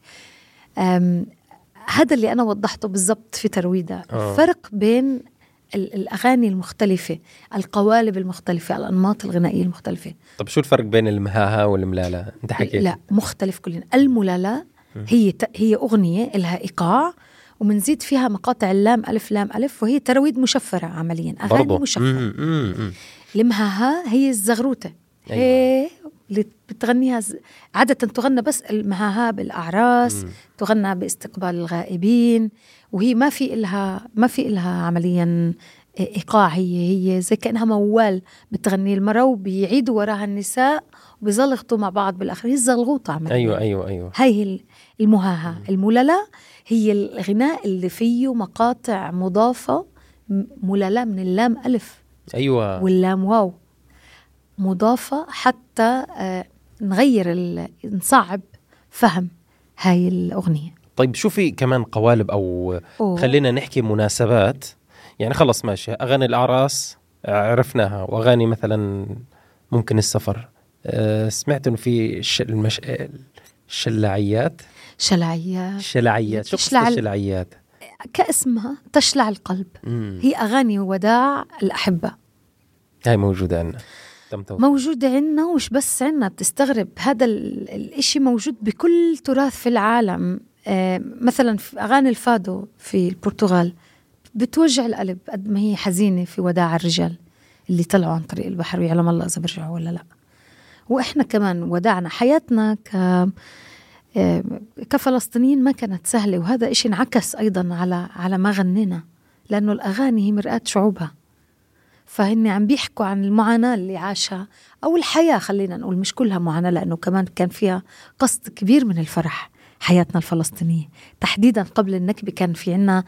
هذا اللي أنا وضحته بالضبط في ترويدة. فرق بين الأغاني المختلفة، القوالب المختلفة، الأنماط الغنائية المختلفة. طب شو الفرق بين المهاها والملالة؟ أنت حكيت. لا، مختلف كلنا. الملالة هي أغنية لها إيقاع ومنزيد فيها مقاطع اللام ألف لام ألف، وهي ترويد مشفرة عمليا، أغاني مشفرة. المهاها هي الزغروتة. أيوة. هي اللي بتغنيها عادة تغنى بس المهاها بالأعراس، تغنى باستقبال الغائبين، وهي ما في إلها عمليا إيقاع. هي زي كأنها موال بتغني المرأة وبيعيدوا وراها النساء وبيزلغطوا مع بعض بالآخر. هي الزلغوطة عمليا. أيوة. هاي المهاها. الملالة هي الغناء اللي فيه مقاطع مضافة، ملالة من اللام ألف. أيوة. واللام واو مضافة حتى نصعب فهم هاي الأغنية. طيب شو في كمان قوالب أو خلينا نحكي مناسبات؟ يعني خلص ماشي، أغاني الأعراس عرفناها، وأغاني مثلا ممكن السفر. سمعت إنه في الشلعيات. شو قصة الشلعيات؟ كاسمها تشلع القلب. هي أغاني وداع الأحبة. هاي موجودة عنا. موجودة عنا، ومش بس عنا، بتستغرب هذا الاشي موجود بكل تراث في العالم. مثلا في أغاني الفادو في البرتغال بتوجع القلب قد ما هي حزينة في وداع الرجال اللي طلعوا عن طريق البحر، ويعلم الله إذا برجعوا ولا لا. وإحنا كمان وداعنا حياتنا كفلسطينيين ما كانت سهلة، وهذا إشي انعكس أيضا على ما غنينا، لأنه الأغاني هي مرآة شعوبها، فهن عم بيحكوا عن المعاناة اللي عاشها أو الحياة، خلينا نقول مش كلها معاناة، لأنه كمان كان فيها قصد كبير من الفرح. حياتنا الفلسطينية تحديدا قبل النكبة كان في عنا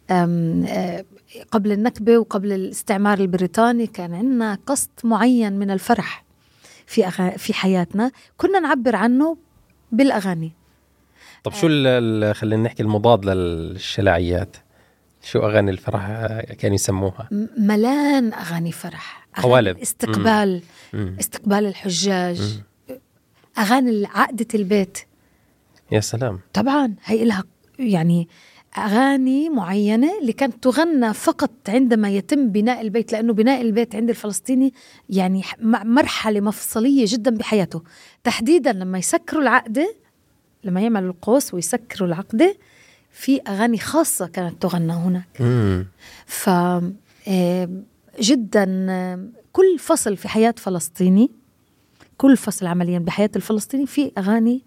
قبل النكبة وقبل الاستعمار البريطاني كان عنا قصد معين من الفرح في حياتنا، كنا نعبر عنه بالأغاني. طب شو خلينا نحكي المضاد للشلاعيات، شو أغاني الفرح كانوا يسموها؟ ملان أغاني فرح، قوالب، استقبال الحجاج، أغاني عقدة البيت. يا سلام. طبعا هي لها يعني أغاني معينة اللي كانت تغنى فقط عندما يتم بناء البيت، لأنه بناء البيت عند الفلسطيني يعني مرحلة مفصلية جدا بحياته، تحديدا لما يسكروا العقدة، لما يعملوا القوس ويسكروا العقدة، في أغاني خاصة كانت تغنى هناك. ف جدا كل فصل في حياة فلسطيني، كل فصل عمليا بحياة الفلسطيني في أغاني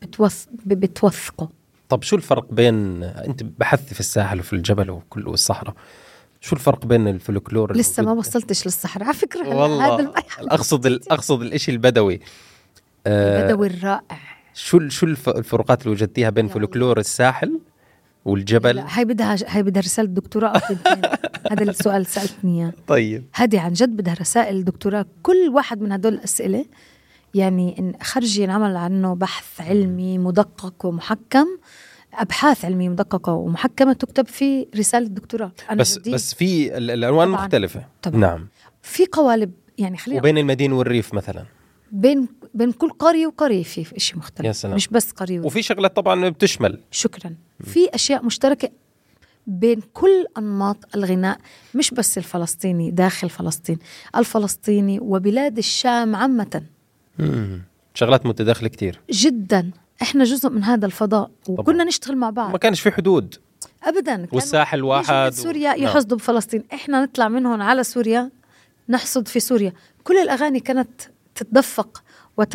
بتوثقه. طب شو الفرق بين، أنت بحثت في الساحل وفي الجبل وكل والصحراء، شو الفرق بين الفلكلور؟ لسه ما وصلتش للصحراء على فكرة. والله أقصد الإشي البدوي البدوي الرائع. شو الفروقات اللي وجدتيها بين فلكلور الساحل والجبل؟ هاي بدها رسالة دكتوراه. هذا السؤال سألتني. طيب هذه عن جد بدها رسائل دكتوراه، كل واحد من هدول الأسئلة يعني إن خرجي نعمل عنه بحث علمي مدقق ومحكم، أبحاث علمية مدققة ومحكمة تكتب في رسالة دكتوراه. بس في الألوان طبعاً مختلفة طبعاً. نعم. في قوالب يعني وبين المدينة والريف مثلا، بين كل قرية وقرية في إشي مختلف، مش بس قرية وفي شغلات طبعا بتشمل. شكرا. في أشياء مشتركة بين كل أنماط الغناء، مش بس الفلسطيني داخل فلسطين، الفلسطيني وبلاد الشام عامة. شغلات متداخلة كتير جدا. إحنا جزء من هذا الفضاء وكنا نشتغل مع بعض، ما كانش في حدود أبدا. والساحل واحد سوريا يحصدوا بفلسطين، إحنا نطلع منهم على سوريا نحصد في سوريا. كل الأغاني كانت تتدفق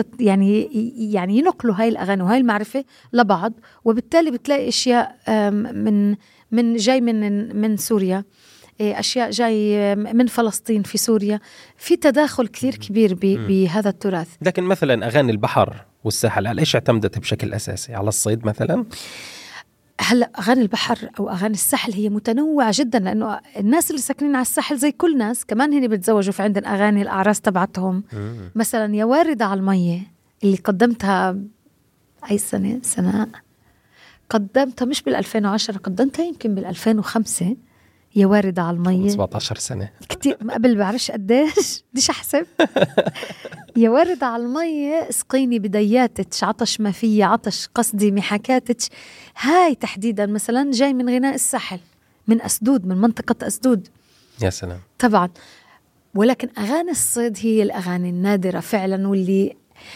يعني ينقلوا هاي الأغاني وهاي المعرفة لبعض، وبالتالي بتلاقي أشياء من جاي من سوريا، أشياء جاي من فلسطين في سوريا، في تداخل كثير كبير بهذا التراث. لكن مثلا أغاني البحر والساحل على إيش اعتمدت بشكل أساسي؟ على الصيد مثلا؟ هلا أغاني البحر أو أغاني الساحل هي متنوعة جدا، لأنه الناس اللي ساكنين على الساحل زي كل ناس كمان هني بتزوجوا، في عندنا أغاني الأعراس تبعتهم. مثلا يا واردة على المية اللي قدمتها أي سنة قدمتها مش بال2010، قدمتها يمكن بال2005. يا واردة على المية 17 سنة كتير قبل، بعرفش قديش بديش أحسب. يا واردة على المية اسقيني بدياتك، عطش ما في عطش قصدي محاكاتك. هاي تحديدا مثلا جاي من غناء الساحل، من أسدود، من منطقة أسدود. يا سلام. طبعا. ولكن أغاني الصيد هي الأغاني النادرة فعلا، واللي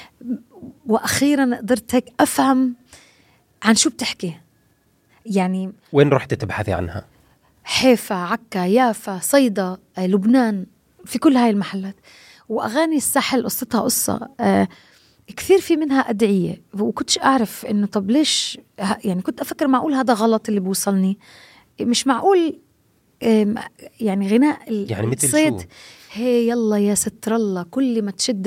وأخيرا قدرت هيك أفهم عن شو بتحكي. يعني وين رحت تبحثي عنها؟ حيفا، عكا، يافا، صيدا، لبنان، في كل هاي المحلات. وأغاني الساحل قصتها قصة كثير في منها أدعية، وكنتش أعرف إنه طب ليش، يعني كنت أفكر معقول هذا غلط اللي بوصلني، مش معقول يعني غناء يعني الصيد هي يلا يا ستر الله، كل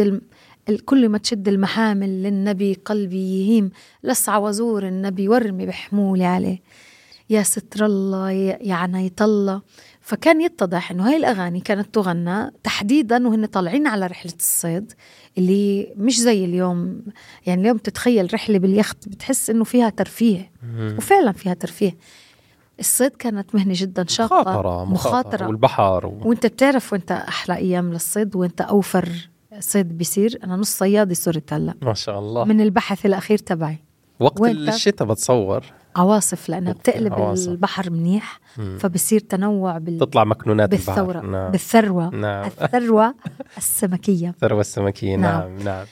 ما تشد المحامل للنبي قلبي يهيم، لسعى وزور النبي ورمي بحمولي عليه، يا ستر الله يا عناية الله. فكان يتضح إنه هاي الأغاني كانت تغنى تحديداً وهن طالعين على رحلة الصيد، اللي مش زي اليوم. يعني اليوم تتخيل رحلة باليخت بتحس إنه فيها ترفيه، وفعلا فيها ترفيه. الصيد كانت مهنة جدا شاقة، مخاطرة والبحر وانت بتعرف وانت أحلى أيام للصيد، وانت أوفر صيد بيصير. أنا نص صيادي صرت هلأ ما شاء الله من البحث الأخير تبعي. وقت الشتاء بتصور عواصف، لأنها بتقلب عواصف. البحر منيح، فبصير تنوع تطلع مكنونات بالثورة البحر. نعم. بالثروة. نعم. الثروة السمكية. الثروة السمكية. نعم. نعم.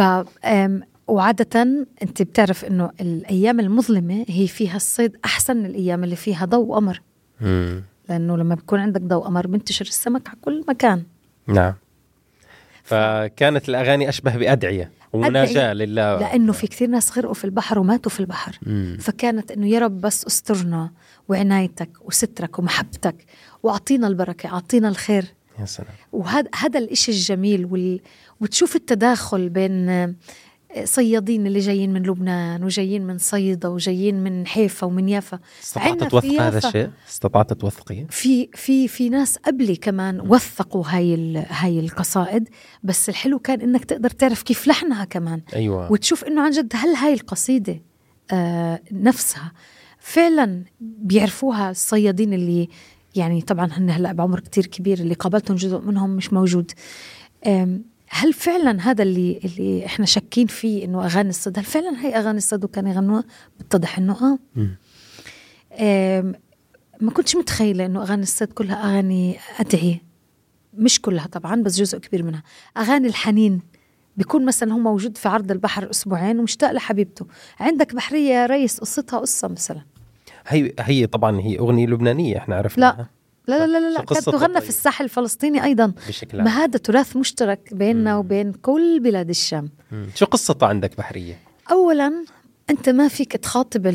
وعادة أنت بتعرف إنه الأيام المظلمة هي فيها الصيد أحسن من الأيام اللي فيها ضوء وقمر. لأنه لما بيكون عندك ضوء قمر بنتشر السمك على كل مكان. نعم. فكانت الأغاني أشبه بأدعية ومناجاة لله، لأنه في كثير ناس غرقوا في البحر وماتوا في البحر. فكانت إنه يا رب بس استرنا وعنايتك وسترك ومحبتك وأعطينا البركة، أعطينا الخير. يا سلام. وهذا الإشي الجميل وتشوف التداخل بين صيادين اللي جايين من لبنان وجايين من صيدا وجايين من حيفا ومن يافا. استطعت توثق هذا الشيء؟ استطعت توثقيه؟ في ناس قبلي كمان وثقوا هاي القصائد، بس الحلو كان انك تقدر تعرف كيف لحنها كمان. أيوة. وتشوف انه عن جد هل هاي القصيدة نفسها فعلا بيعرفوها الصيادين اللي يعني طبعا هن هلأ بعمر كتير كبير، اللي قابلتهم جزء منهم مش موجود. هل فعلا هذا اللي احنا شاكين فيه انه اغاني الصيد، هل فعلا هي اغاني الصيد وكان يغنوها؟ بتضح انه ما كنتش متخيلة انه اغاني الصيد كلها اغاني ادعية. مش كلها طبعا، بس جزء كبير منها اغاني الحنين. بيكون مثلا هو موجود في عرض البحر اسبوعين ومشتاق لحبيبته. عندك بحرية يا ريس قصتها قصة مثلا، هي طبعا هي اغنية لبنانية احنا عرفناها. لا كانت تغنى في الساحل الفلسطيني أيضا. ما هذا تراث مشترك بيننا وبين كل بلاد الشام. شو قصتها عندك بحرية؟ أولا أنت ما فيك تخاطب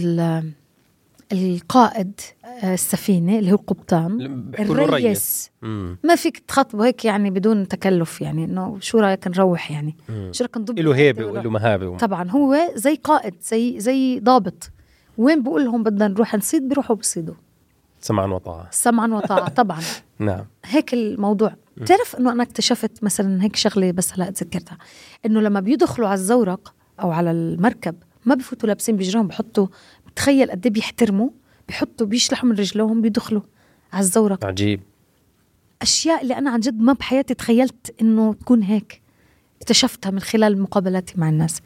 القائد السفينة اللي هو القبطان الرئيس، ما فيك تخاطبه هيك يعني بدون تكلف، يعني إنه شو رأيك نروح، يعني شو رأيك نضب له هيبة وله مهابة. طبعا هو زي قائد زي ضابط، وين بقول لهم بدنا نروح نصيد بيروحوا بصيدوا سمعا وطاعة طبعا. نعم. هيك الموضوع. تعرف انه انا اكتشفت مثلا هيك شغله بس هلا تذكرتها، انه لما بيدخلوا على الزورق او على المركب ما بفوتوا لابسين بيجرهم، بحطوا، تخيل قد ايه بيحترموا، بيحطوا بيشلحوا من رجلهم بيدخلوا على الزورق. عجيب. اشياء اللي انا عن جد ما بحياتي تخيلت انه تكون هيك، اكتشفتها من خلال مقابلاتي مع الناس.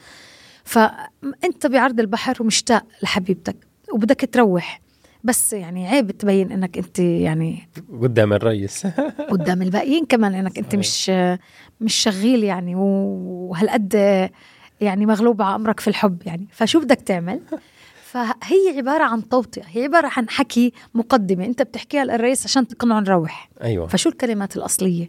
فانت بعرض البحر ومشتاق لحبيبتك وبدك تروح، بس يعني عيب تبين انك انت يعني قدام الرئيس قدام الباقيين كمان انك انت مش شغيل يعني، وهالقد يعني مغلوب على امرك في الحب يعني. فشو بدك تعمل؟ فهي عبارة عن توطئة، هي عبارة عن حكي مقدمة انت بتحكيها للرئيس عشان تقنعه نروح. أيوة. فشو الكلمات الأصلية؟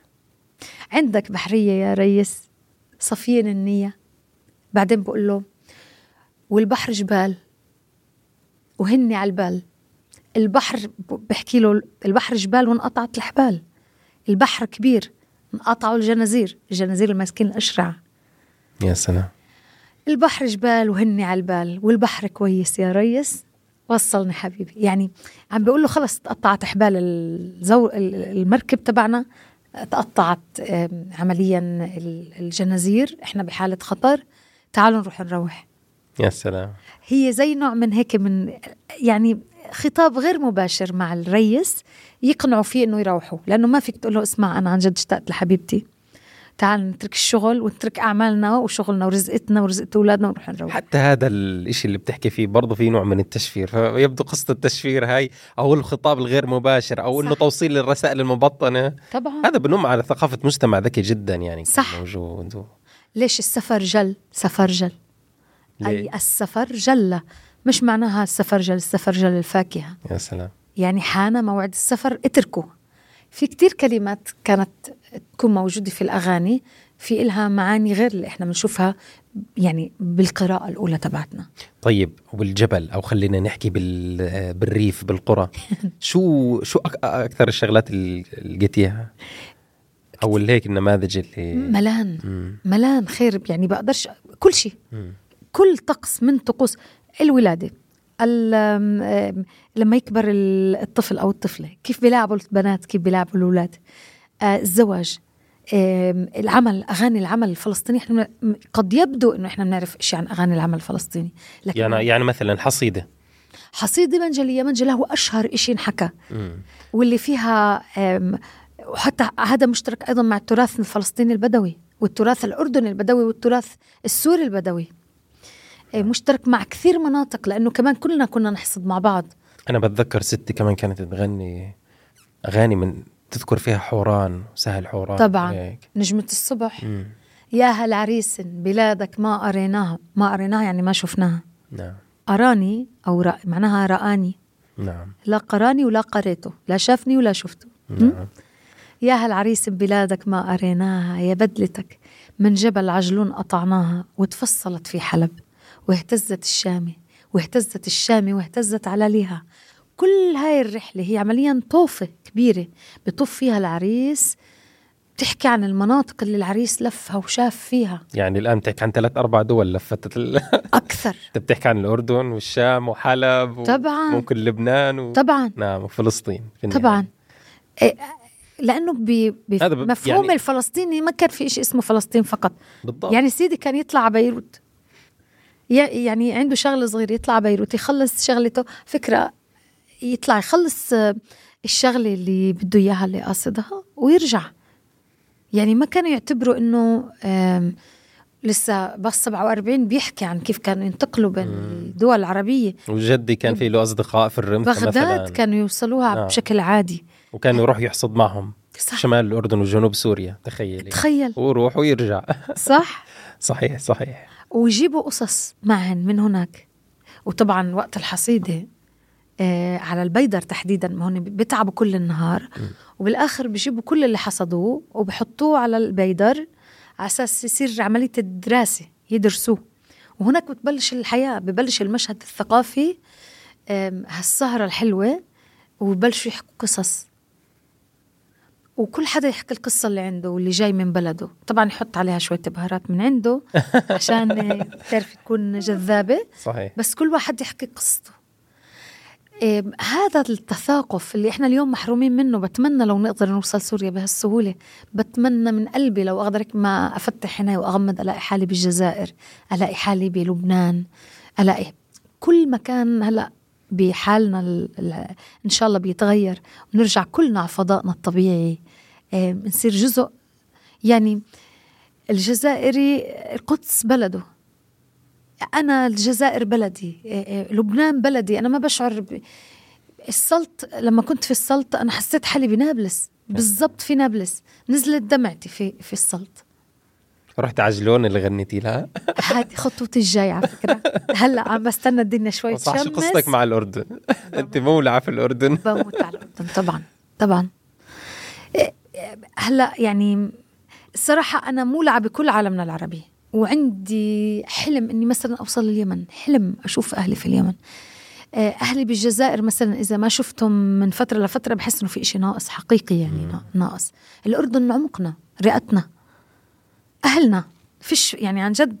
عندك بحرية يا ريس صفين النية، بعدين بقول له والبحر جبال وهني على البال. البحر بحكي له البحر جبال وانقطعت الحبال، البحر كبير انقطعوا الجنازير الماسكين الأشرع. يا سلام. البحر جبال وهني على البال، والبحر كويس يا ريس وصلني حبيبي. يعني عم بيقول له خلص تقطعت حبال المركب تبعنا، تقطعت عمليا الجنازير، احنا بحالة خطر، تعالوا نروح. يا سلام. هي زي نوع من هيك، من يعني خطاب غير مباشر مع الرئيس يقنعوا فيه انه يروحوا، لانه ما فيك تقول له اسمع انا عن جد اشتقت لحبيبتي، تعال نترك الشغل ونترك اعمالنا وشغلنا ورزقتنا ورزقة اولادنا ونروح نروح. حتى هذا الاشي اللي بتحكي فيه برضه في نوع من التشفير، فيبدو قصة التشفير هاي او الخطاب الغير مباشر او انه توصيل الرسائل المبطنة. طبعا هذا بنم على ثقافة مجتمع ذكي جدا يعني. صح. موجود. ليش السفرجل سفرجل؟ أي السفر جلة، مش معناها السفرجل الفاكهة. يا سلام. يعني حان موعد السفر اتركوا. في كتير كلمات كانت تكون موجودة في الأغاني في إلها معاني غير اللي إحنا بنشوفها يعني بالقراءة الأولى تبعتنا. طيب وبالجبل أو خلينا نحكي بالريف بالقرى شو أكثر الشغلات اللي لقيتيها أو اللي هيك النماذج اللي ملان خير يعني، بقدرش كل شيء. كل طقس من طقوس الولادة، لما يكبر الطفل أو الطفلة كيف بيلعبوا البنات، كيف بيلعبوا الأولاد، الزواج، العمل، أغاني العمل الفلسطيني. إحنا قد يبدو إنه إحنا بنعرف إشي عن أغاني العمل الفلسطيني، لكن يعني مثلا حصيدة منجلية هو أشهر إشي انحكى، واللي فيها وحتى هذا مشترك أيضا مع التراث الفلسطيني البدوي والتراث الأردني البدوي والتراث السوري البدوي، مشترك مع كثير مناطق، لأنه كمان كلنا كنا نحصد مع بعض. أنا بتذكر ستي كمان كانت تغني أغاني من تذكر فيها حوران وسهل حوران طبعا هيك. نجمة الصبح يا هالعريس بلادك ما قريناها يعني ما شفناها. نعم. أراني أو معناها رآني، نعم. لا قراني ولا قريته، لا شافني ولا شفته. نعم. يا هالعريس ببلادك ما قريناها، يا بدلتك من جبل عجلون قطعناها، وتفصلت في حلب واهتزت الشامي، واهتزت الشامي واهتزت على ليها. كل هاي الرحلة هي عمليا طوفة كبيرة بطوف فيها العريس، بتحكي عن المناطق اللي العريس لفها وشاف فيها. يعني الآن بتحكي عن 3-4 دول لفتت أكثر. بتحكي عن الأردن والشام وحلب طبعا. ممكن لبنان طبعا. نعم، وفلسطين طبعا. لأنه بمفهوم يعني الفلسطيني ما كان في إشي اسمه فلسطين فقط. بالضبط. يعني سيدي كان يطلع بيروت، يعني عنده شغل صغير يطلع بيروت يخلص شغلته، فكرة يطلع يخلص الشغلة اللي بده إياها اللي قاصدها ويرجع. يعني ما كانوا يعتبروا إنه لسه بس 47 بيحكي عن كيف كانوا ينتقلوا بين الدول العربية. وجدي كان في له أصدقاء في الرمثة بغداد كانوا يوصلوها بشكل عادي، وكانوا يروح يحصد معهم. صح. شمال الأردن وجنوب سوريا، تخيل ويروح ويرجع. صح. صحيح. ويجيبوا قصص معهن من هناك. وطبعا وقت الحصيدة على البيدر تحديدا، ما هون بيتعبوا كل النهار وبالآخر بيجيبوا كل اللي حصدوه وبحطوه على البيدر على أساس يصير عملية الدراسة يدرسوه. وهناك بتبلش الحياة، ببلش المشهد الثقافي، هالسهرة الحلوة، وببلشوا يحكوا قصص، وكل حدا يحكي القصة اللي عنده واللي جاي من بلده. طبعا يحط عليها شوية بهارات من عنده عشان تعرف تكون جذابة. صحيح. بس كل واحد يحكي قصته. هذا التثاقف اللي احنا اليوم محرومين منه. بتمنى لو نقدر نوصل سوريا بهالسهولة، بتمنى من قلبي لو أقدر ما أفتح هنا وأغمض ألاقي حالي بالجزائر، ألاقي حالي بلبنان، ألاقي كل مكان. هلأ بحالنا إن شاء الله بيتغير ونرجع كلنا على فضائنا الطبيعي، نصير جزء. يعني الجزائري القدس بلده، أنا الجزائر بلدي، لبنان بلدي. أنا ما بشعر السلط. لما كنت في السلط أنا حسيت حالي بنابلس بالضبط، في نابلس نزلت دمعتي في السلط. رحت عجلون اللي غنيتي لها. هذه خطوتي الجاية على فكرة. هلأ عم بستنى الدنيا شوي تشمس. صح. شو قصتك مع الأردن؟ أنت مولعة في الأردن. بموت على الأردن طبعا. هلأ يعني الصراحة أنا مولعة بكل عالمنا العربي، وعندي حلم إني مثلا أوصل لليمن، حلم أشوف أهلي في اليمن. أهلي بالجزائر مثلا إذا ما شفتهم من فترة لفترة بحس إنه في إشي ناقص حقيقي، يعني ناقص. الأردن عمقنا، رئتنا، أهلنا، فيش يعني عن جد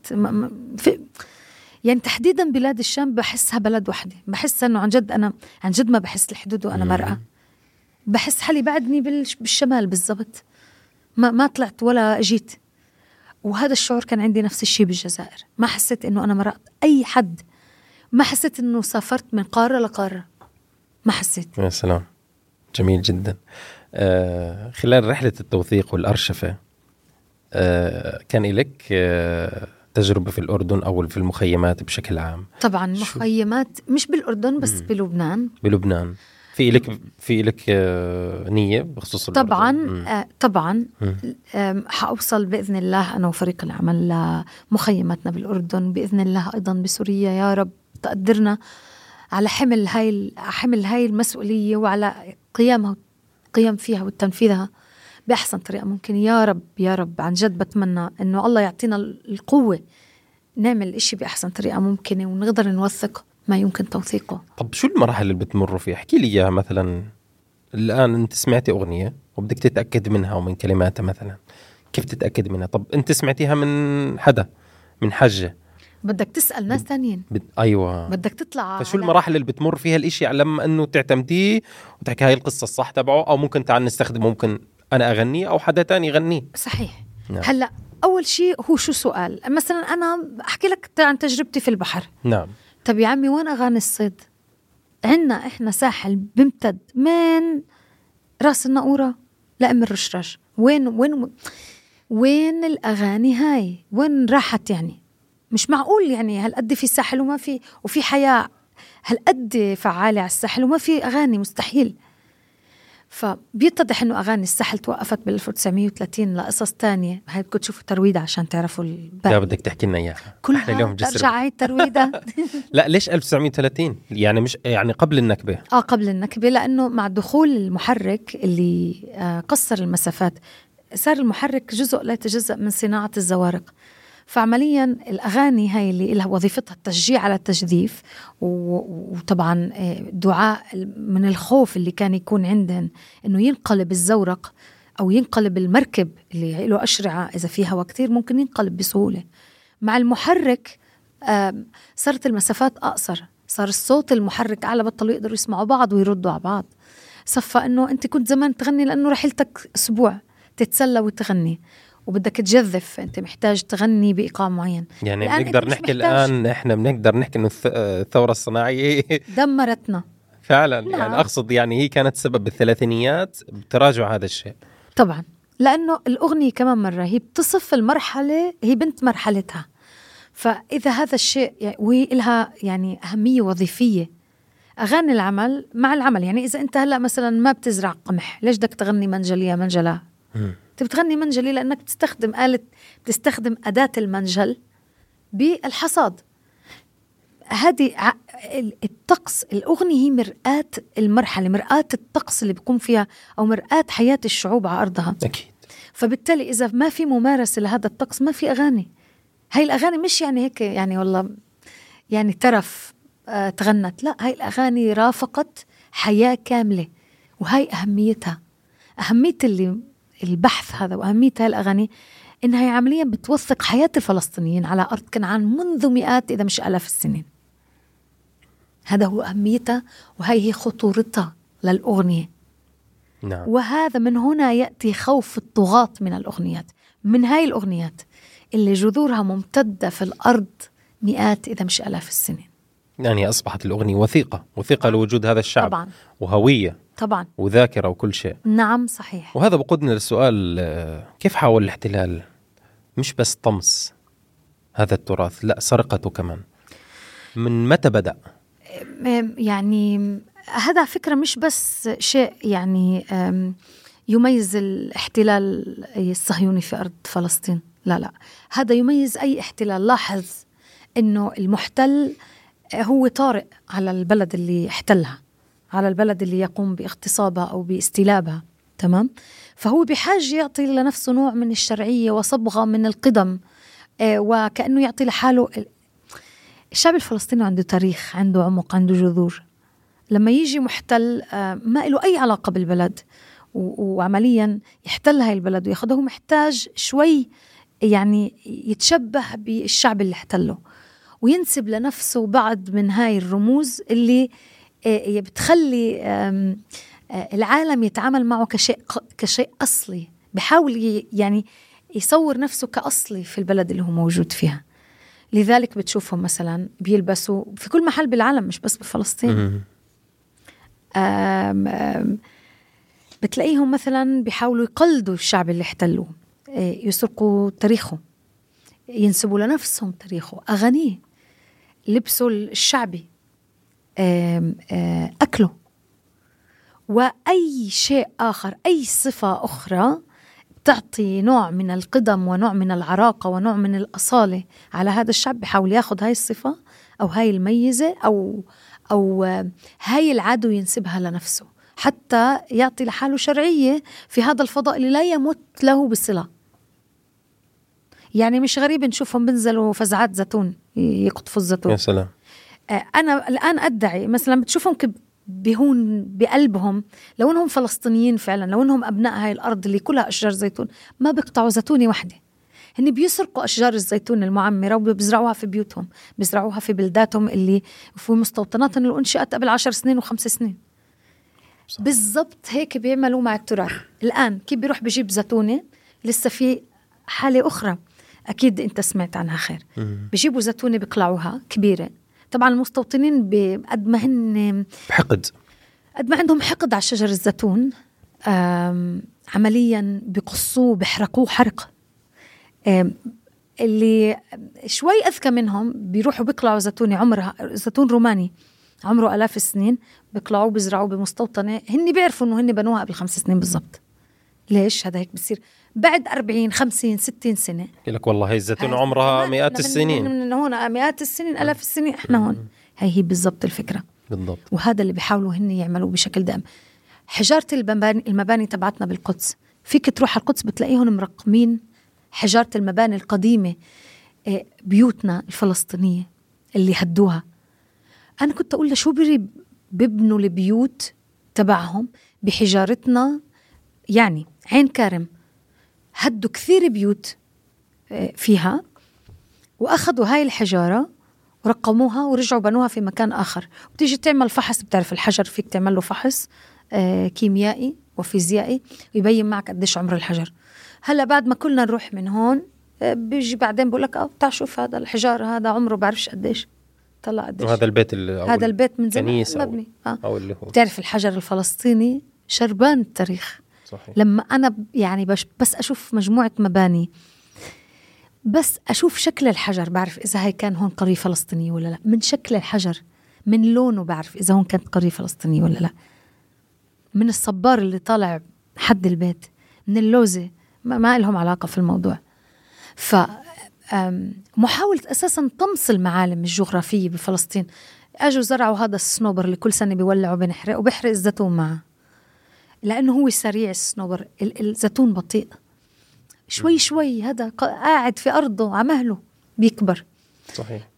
يعني تحديدا بلاد الشام بحسها بلد واحدة. بحس إنه عن جد أنا عن جد ما بحس الحدود وأنا مرأة. بحس حالي بعدني بالشمال بالضبط، ما طلعت ولا جيت. وهذا الشعور كان عندي نفس الشيء بالجزائر. ما حسيت إنه أنا مرأت أي حد، ما حسيت إنه سافرت من قارة لقارة، ما حسيت. يا سلام، جميل جدا. خلال رحلة التوثيق والأرشفة كان لك تجربة في الأردن أو في المخيمات بشكل عام؟ طبعا مخيمات مش بالأردن بس بلبنان. في لك نية بخصوص الأردن؟ طبعا حأوصل بإذن الله أنا وفريق العمل لمخيماتنا بالأردن بإذن الله، أيضا بسوريا. يا رب تقدرنا على حمل هاي المسؤولية وعلى قيام فيها والتنفيذها بأحسن طريقة ممكن. يا رب عن جد بتمنى إنه الله يعطينا القوة نعمل إشي بأحسن طريقة ممكنة ونقدر نوثق ما يمكن توثيقه. طب شو المراحل اللي بتمروا فيها؟ احكي لي إياها. مثلا الآن أنت سمعتي أغنية وبدك تتأكد منها ومن كلماتها، مثلا كيف تتأكد منها؟ طب أنت سمعتيها من حدا، من حجة، بدك تسأل ناس تانيين. أيوة، بدك تطلع. فشو المراحل اللي بتمر فيها الإشي لما أنه تعتمديه وتحكي هاي القصة الصح تبعه، أو ممكن تعال نستخدمه، ممكن أنا أغنيه أو حدا تاني يغنيه؟ صحيح. نعم. هلأ أول شيء هو شو سؤال. مثلا أنا أحكي لك عن تجربتي في البحر. نعم. طب يا عمي وين أغاني الصيد؟ عنا إحنا ساحل بمتد من راس الناقورة لأم الرشراش. وين الأغاني هاي؟ وين راحت؟ يعني مش معقول يعني هالقد في الساحل وفي حياة هالقد فعالة على الساحل وما في أغاني، مستحيل. فبيتضح إنه أغاني السحل توقفت بال 1930 لقصص تانية. هاي بدكم تشوفوا ترويدة عشان تعرفوا الباقي. لا بدك تحكي لنا إياها كلها اليوم ترجع هاي الترويدة. لا ليش 1930 يعني مش يعني قبل النكبة؟ قبل النكبة، لأنه مع دخول المحرك اللي قصر المسافات صار المحرك جزء لا يتجزأ من صناعة الزوارق. فعمليا الأغاني هاي اللي لها وظيفتها التشجيع على التجديف، وطبعا دعاء من الخوف اللي كان يكون عندهم إنه ينقلب الزورق أو ينقلب المركب اللي له أشرعة إذا فيها هواء كتير ممكن ينقلب بسهولة. مع المحرك صارت المسافات أقصر، صار الصوت المحرك أعلى، بطلوا يقدروا يسمعوا بعض ويردوا على بعض. صفى إنه أنت كنت زمان تغني لأنه رحلتك أسبوع تتسلى وتغني وبدك تجذف، أنت محتاج تغني بإيقاع معين. يعني بنقدر نحكي الآن إحنا بنقدر نحكي إنه الثورة الصناعية دمرتنا فعلا. نعم. يعني أقصد يعني هي كانت سبب بالثلاثينيات بتراجع هذا الشيء طبعا، لأنه الأغنية كمان مرة هي بتصف المرحلة، هي بنت مرحلتها. فإذا هذا الشيء يعني وهي لها يعني أهمية وظيفية. أغاني العمل مع العمل، يعني إذا أنت هلأ مثلا ما بتزرع قمح، ليش بدك تغني منجلية منجلة؟ بتغني منجلي لأنك بتستخدم أداة المنجل بالحصاد. هذه الطقس، الأغنية هي مرآة المرحلة، مرآة الطقس اللي بيكون فيها أو مرآة حياة الشعوب على أرضها. أكيد. فبالتالي إذا ما في ممارسة لهذا الطقس ما في أغاني. هاي الأغاني مش يعني هيك يعني والله يعني ترف تغنت، لا، هاي الأغاني رافقت حياة كاملة، وهاي أهميتها، أهمية البحث هذا وأهمية هاي الأغاني إنها عمليا بتوثق حياة الفلسطينيين على أرض كنعان منذ مئات إذا مش آلاف السنين. هذا هو أهميتها وهي هي خطورتها للأغنية. نعم. وهذا من هنا يأتي خوف الطغاة من الأغنيات، من هاي الأغنيات اللي جذورها ممتدة في الأرض مئات إذا مش آلاف السنين. يعني أصبحت الأغنية وثيقة لوجود هذا الشعب طبعا. وهوية طبعا وذاكرة وكل شيء. نعم صحيح. وهذا بقودنا للسؤال، كيف حاول الاحتلال مش بس طمس هذا التراث، لا سرقته كمان؟ من متى بدأ؟ يعني هذا فكرة مش بس شيء يعني يميز الاحتلال الصهيوني في أرض فلسطين، لا هذا يميز أي احتلال. لاحظ إنه المحتل هو طارئ على البلد اللي احتلها، على البلد اللي يقوم باغتصابها أو باستلابها، تمام؟ فهو بحاجة يعطي لنفسه نوع من الشرعية وصبغة من القدم، وكأنه يعطي لحاله. الشعب الفلسطيني عنده تاريخ، عنده عمق، عنده جذور. لما يجي محتل ما له أي علاقة بالبلد وعمليا يحتل هاي البلد وياخده، محتاج شوي يعني يتشبه بالشعب اللي احتله وينسب لنفسه بعض من هاي الرموز اللي بتخلي العالم يتعامل معه كشيء أصلي. بحاول يعني يصور نفسه كأصلي في البلد اللي هو موجود فيها. لذلك بتشوفهم مثلا بيلبسوا في كل محل بالعالم مش بس بفلسطين. بتلاقيهم مثلا بيحاولوا يقلدوا الشعب اللي احتلوه، يسرقوا تاريخه، ينسبوا لنفسهم تاريخه، أغانيه، لبسوا الشعبي، أكله، وأي شيء آخر، أي صفة أخرى تعطي نوع من القدم ونوع من العراقة ونوع من الأصالة على هذا الشعب. بيحاول ياخد هاي الصفة أو هاي الميزة أو هاي العادة ينسبها لنفسه حتى يعطي لحاله شرعية في هذا الفضاء اللي لا يمت له بصلة. يعني مش غريب نشوفهم بنزلوا فزعات زيتون يقطفوا الزيتون. يا سلام. أنا الآن أدعي مثلا بتشوفهم بهون بقلبهم لو إنهم فلسطينيين فعلا، لو إنهم أبناء هاي الأرض اللي كلها أشجار زيتون، ما بيقطعوا زيتونة واحدة. هن بيسرقوا أشجار الزيتون المعمرة وبيزرعوها في بيوتهم، بيزرعوها في بلداتهم اللي في مستوطناتهم اللي أنشأت قبل 10 سنين و5 سنين. بالضبط هيك بيعملوا مع التراث. الآن كيف بيروح بيجيب زيتونة، لسه في حالة أخرى أكيد أنت سمعت عنها خير، بيجيبوا زيتونة بيقلعوها كبيرة. طبعا المستوطنين قد ما هن بحقد، قد ما عندهم حقد على شجر الزيتون، عمليا بيقصوه بيحرقوه حرق. اللي شوي أذكى منهم بيروحوا بيقلعوا زيتونة عمرها زيتون روماني عمره آلاف السنين، بيطلعوه بيزرعوه بمستوطنة هن بيعرفوا إنه هن بنوها قبل 5 سنين بالضبط. ليش هذا هيك بصير؟ بعد 40 50 60 سنة يقول لك والله هي الزيتون عمرها مئات السنين، من هون مئات السنين آلاف السنين، إحنا هون هي بالضبط الفكرة بالضبط. وهذا اللي بيحاولوا هن يعملوه بشكل دائم. حجارة المباني تبعتنا بالقدس، فيك تروح القدس بتلاقيهم مرقمين حجارة المباني القديمة، بيوتنا الفلسطينية اللي هدوها. أنا كنت أقول له شو بيبنوا البيوت تبعهم بحجارتنا؟ يعني عين كارم هدوا كثير بيوت فيها، وأخذوا هاي الحجارة ورقموها ورجعوا بنوها في مكان آخر. وتيجي تعمل فحص، بتعرف الحجر فيك تعمل له فحص كيميائي وفيزيائي يبين معك قديش عمر الحجر. هلا بعد ما كلنا نروح من هون بيجي بعدين بقولك تعال شوف هذا الحجار هذا عمره بعرفش قديش، طلع قديش. وهذا البيت هذا البيت من زمان مبني أو اللي هو بتعرف الحجر الفلسطيني شربان التاريخ. صحيح. لما أنا يعني بس أشوف مجموعة مباني، بس أشوف شكل الحجر بعرف إذا هاي كان هون قرية فلسطينية ولا لا. من شكل الحجر، من لونه بعرف إذا هون كانت قرية فلسطينية ولا لا. من الصبار اللي طالع حد البيت، من اللوزة ما لهم علاقة في الموضوع. محاولة أساساً طمس المعالم الجغرافية بفلسطين. أجوا زرعوا هذا السنوبر اللي كل سنة بيولعوا بنحرق وبيحرق الزيتون معه، لأنه هو سريع السنوبر. الزيتون بطيء، شوي شوي هذا قاعد في أرضه عمهله بيكبر. صحيح.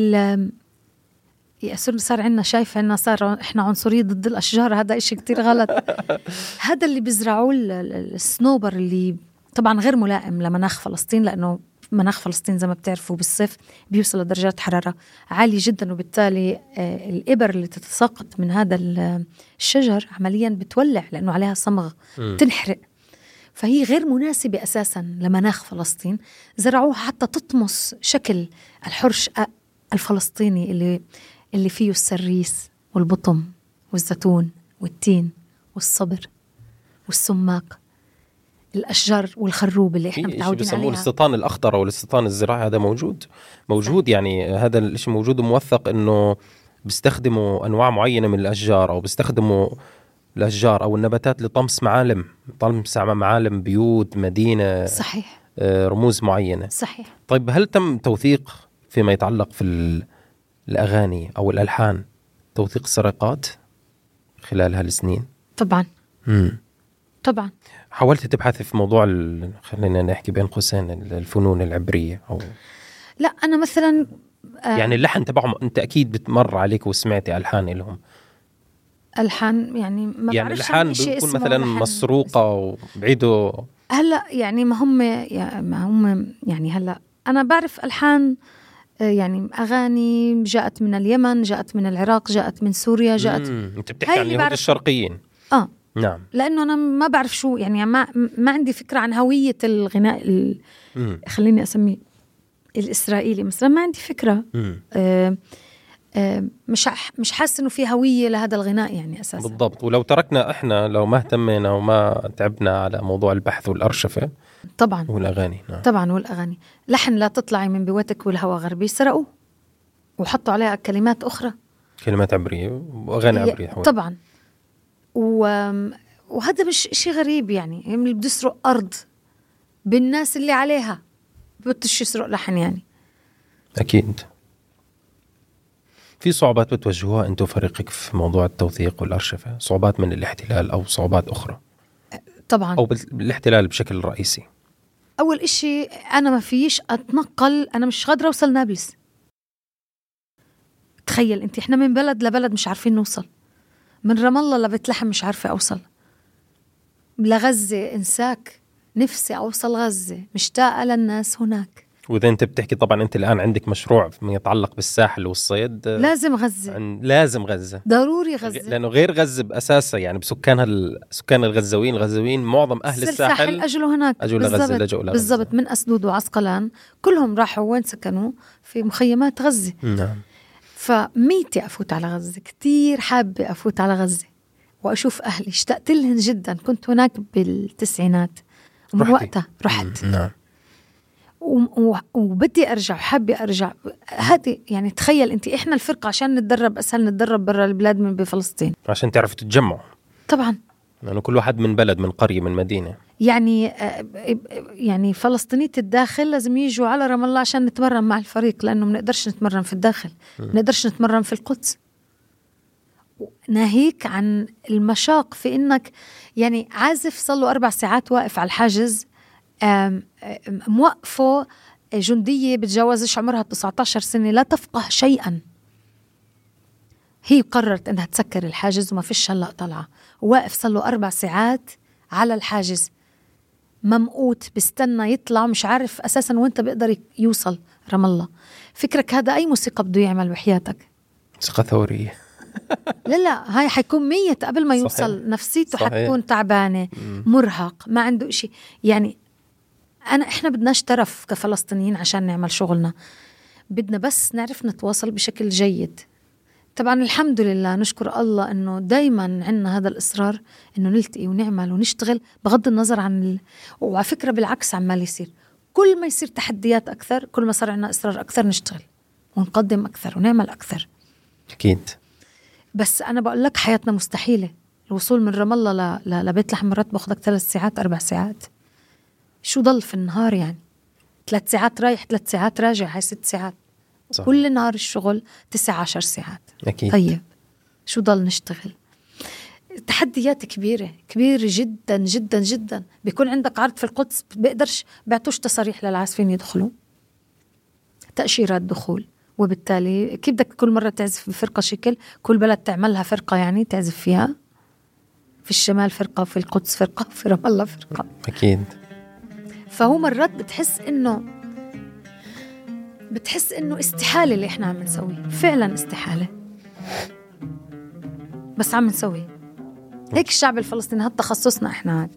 صار عنا شايف عنا صار إحنا عنصرية ضد الأشجار، هذا إشي كتير غلط. هذا اللي بيزرعوه السنوبر اللي طبعا غير ملائم لمناخ فلسطين، لأنه مناخ فلسطين زي ما بتعرفوا بالصيف بيوصل لدرجات حرارة عالية جدا، وبالتالي الإبر اللي تتساقط من هذا الشجر عمليا بتولع لأنه عليها صمغ تنحرق. فهي غير مناسبة أساسا لمناخ فلسطين. زرعوها حتى تطمس شكل الحرش الفلسطيني اللي فيه السريس والبطم والزيتون والتين والصبر والسماق، الأشجار والخروب اللي إحنا متعودين عليها. الاستيطان الأخضر أو الاستيطان الزراعي هذا موجود يعني هذا الشيء موجود وموثق، إنه بيستخدموا أنواع معينة من الأشجار أو بيستخدموا الأشجار أو النباتات لطمس معالم بيوت مدينة. صحيح. رموز معينة. صحيح. طيب هل تم توثيق فيما يتعلق في الأغاني أو الألحان توثيق سرقات خلال هالسنين؟ طبعا. طبعا. حاولت تبحثي في موضوع خلينا نحكي بين قوسين الفنون العبرية أو لا؟ أنا مثلا يعني اللحن تبعهم أنت أكيد بتمر عليك وسمعتي ألحان لهم. ألحان يعني ما يعني الألحان بيكون مثلا مسروقة وبعيدوا. هلا يعني ما هم يعني هلا أنا بعرف ألحان يعني أغاني جاءت من اليمن، جاءت من العراق، جاءت من سوريا، جاءت. أنت بتحكي عن اليهود الشرقيين. نعم. لأنه أنا ما بعرف شو يعني ما عندي فكرة عن هوية الغناء خليني أسميه الإسرائيلي مثلا، ما عندي فكرة. مش حاسة إنه في هوية لهذا الغناء يعني أساسا. بالضبط. ولو تركنا إحنا لو ما اهتمينا وما تعبنا على موضوع البحث والأرشفة طبعا والأغاني. نعم. طبعا والأغاني لحن لا تطلعي من بيوتك والهوى غربي سرقوه وحطوا عليها كلمات أخرى، كلمات عبرية وأغاني عبرية طبعا. وهذا مش شيء غريب يعني، هم اللي بده يسرق أرض بالناس اللي عليها بدش يسرق لحن يعني. أكيد. في صعوبات بتواجهوها أنتوا فريقك في موضوع التوثيق والأرشفة؟ صعوبات من الاحتلال أو صعوبات أخرى؟ طبعا. أو بالاحتلال بشكل رئيسي. أول إشي أنا ما فيش أتنقل، أنا مش قادرة أوصل نابلس. تخيل أنت، إحنا من بلد لبلد مش عارفين نوصل، من رام الله لبيت لحم مش عارفة أوصل، لغزة إنساك نفسي أوصل غزة، مشتاقة للناس هناك. وإذا أنت بتحكي طبعا أنت الآن عندك مشروع يتعلق بالساحل والصيد، لازم غزة، لازم غزة، ضروري غزة، لأنه غير غزة بأساسها يعني بسكانها سكان الغزاويين معظم أهل الساحل أجلوا هناك، أجوا لغزة، لجوا لغزة بالضبط. من أسدود وعسقلان كلهم راحوا وين سكنوا؟ في مخيمات غزة. نعم. فميتي أفوت على غزة، كتير حابة أفوت على غزة وأشوف أهلي، اشتقت لهم جدا. كنت هناك بالتسعينات ومن وقتها رحت. نعم. وبدي أرجع وحابة أرجع. هذه يعني تخيل أنت، إحنا الفرقة عشان نتدرب أسهل نتدرب برا البلاد من بفلسطين، عشان تعرفوا تتجمعوا طبعا، لأنه كل واحد من بلد، من قرية، من مدينة. يعني فلسطينية الداخل لازم يجوا على رام الله عشان نتمرن مع الفريق، لأنه منقدرش نتمرن في الداخل، منقدرش نتمرن في القدس. ناهيك عن المشاق في إنك يعني عازف صلوا 4 ساعات واقف على الحاجز، موقفه جندية بتجاوزش عمرها 19 سنة لا تفقه شيئا، هي قررت أنها تسكر الحاجز وما فيش هلأ طلعة، واقف صلوا 4 ساعات على الحاجز ممقوت بستنى يطلع، مش عارف أساسا وانت بيقدر يوصل رام الله. فكرك هذا أي موسيقى بده يعمل وحياتك؟ موسيقى ثورية. لا هاي حيكون ميت قبل ما يوصل. صحيح. نفسيته حتكون تعبانة، مرهق، ما عنده إشي. يعني إحنا بدناش ترف كفلسطينيين عشان نعمل شغلنا، بدنا بس نعرف نتواصل بشكل جيد. طبعا الحمد لله نشكر الله إنه دايما عنا هذا الإصرار إنه نلتقي ونعمل ونشتغل بغض النظر عن وعلى فكرة بالعكس عمال يصير، كل ما يصير تحديات أكثر كل ما صار عنا إصرار أكثر نشتغل ونقدم أكثر ونعمل أكثر. أكيد. بس أنا بقول لك حياتنا مستحيلة. الوصول من رام الله لبيت لحم مرات بأخذك 3 ساعات 4 ساعات، شو ضل في النهار؟ يعني 3 ساعات رايح 3 ساعات راجع، هاي 6 ساعات. صح. كل نهار الشغل 19 ساعات. أكيد. طيب شو ضل نشتغل؟ تحديات كبيرة جدا جدا جدا. بيكون عندك عرض في القدس بيقدرش بيعطوش تصاريح للعازفين يدخلوا، تأشيرات دخول، وبالتالي كيف بدك كل مرة تعزف بفرقة شكل؟ كل بلد تعملها فرقة يعني تعزف فيها، في الشمال فرقة، في القدس فرقة، في رام الله فرقة. أكيد. فهو مرات بتحس إنه استحالة اللي إحنا عم نسويه، فعلا استحالة، بس عم نسوي هيك. الشعب الفلسطيني هذا تخصصنا إحنا عاد.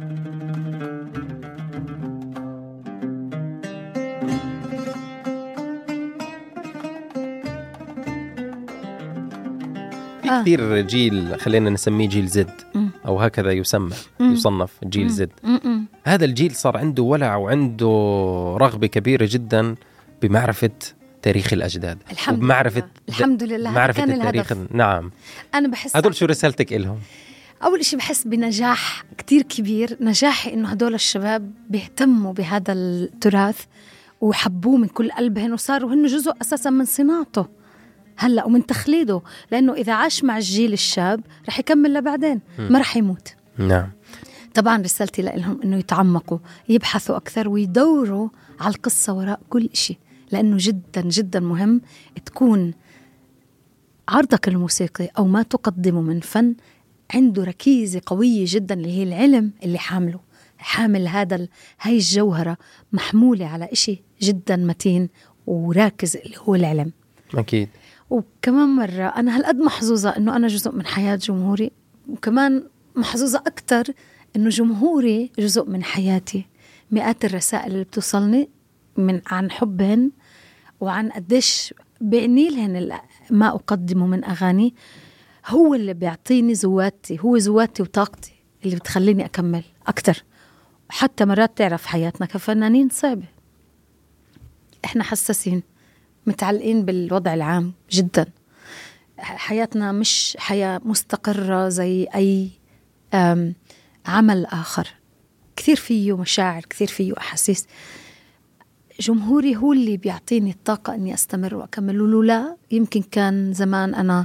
كثير جيل خلينا نسميه جيل زد أو هكذا يسمى يصنف جيل زد. هذا الجيل صار عنده ولع وعنده رغبة كبيرة جدا بمعرفة تاريخ الأجداد، الحمد لله معرفة التاريخ. نعم. أنا بحس هدول شو رسالتك إلهم؟ أول شيء بحس بنجاح كتير كبير، نجاحي إنه هدول الشباب بيهتموا بهذا التراث وحبوه من كل قلبهم، وصاروا هن جزء أساسا من صناعته هلأ ومن تخليده، لأنه إذا عاش مع الجيل الشاب رح يكمل لبعدين، ما رح يموت. نعم. طبعا رسالتي لهم إنه يتعمقوا، يبحثوا أكثر، ويدوروا على القصة وراء كل إشي، لأنه جدا جدا مهم تكون عرضك الموسيقي أو ما تقدمه من فن عنده ركيزة قوية جدا اللي هي العلم اللي حامل هاي الجوهرة محمولة على إشي جدا متين وراكز اللي هو العلم. أكيد. وكمان مرة أنا هالقد محظوظة إنه أنا جزء من حياة جمهوري، وكمان محظوظة أكتر إنه جمهوري جزء من حياتي. مئات الرسائل اللي بتوصلني عن حبهن وعن قديش بعني لهن ما أقدمه من أغاني، هو اللي بيعطيني زواتي وطاقتي اللي بتخليني أكمل أكتر. وحتى مرات تعرف حياتنا كفنانين صعبة، إحنا حساسين، متعلقين بالوضع العام جدا، حياتنا مش حياة مستقرة زي أي عمل آخر، كثير فيه مشاعر، كثير فيه أحاسيس. جمهوري هو اللي بيعطيني الطاقة أني أستمر وأكمل، لولا يمكن كان زمان أنا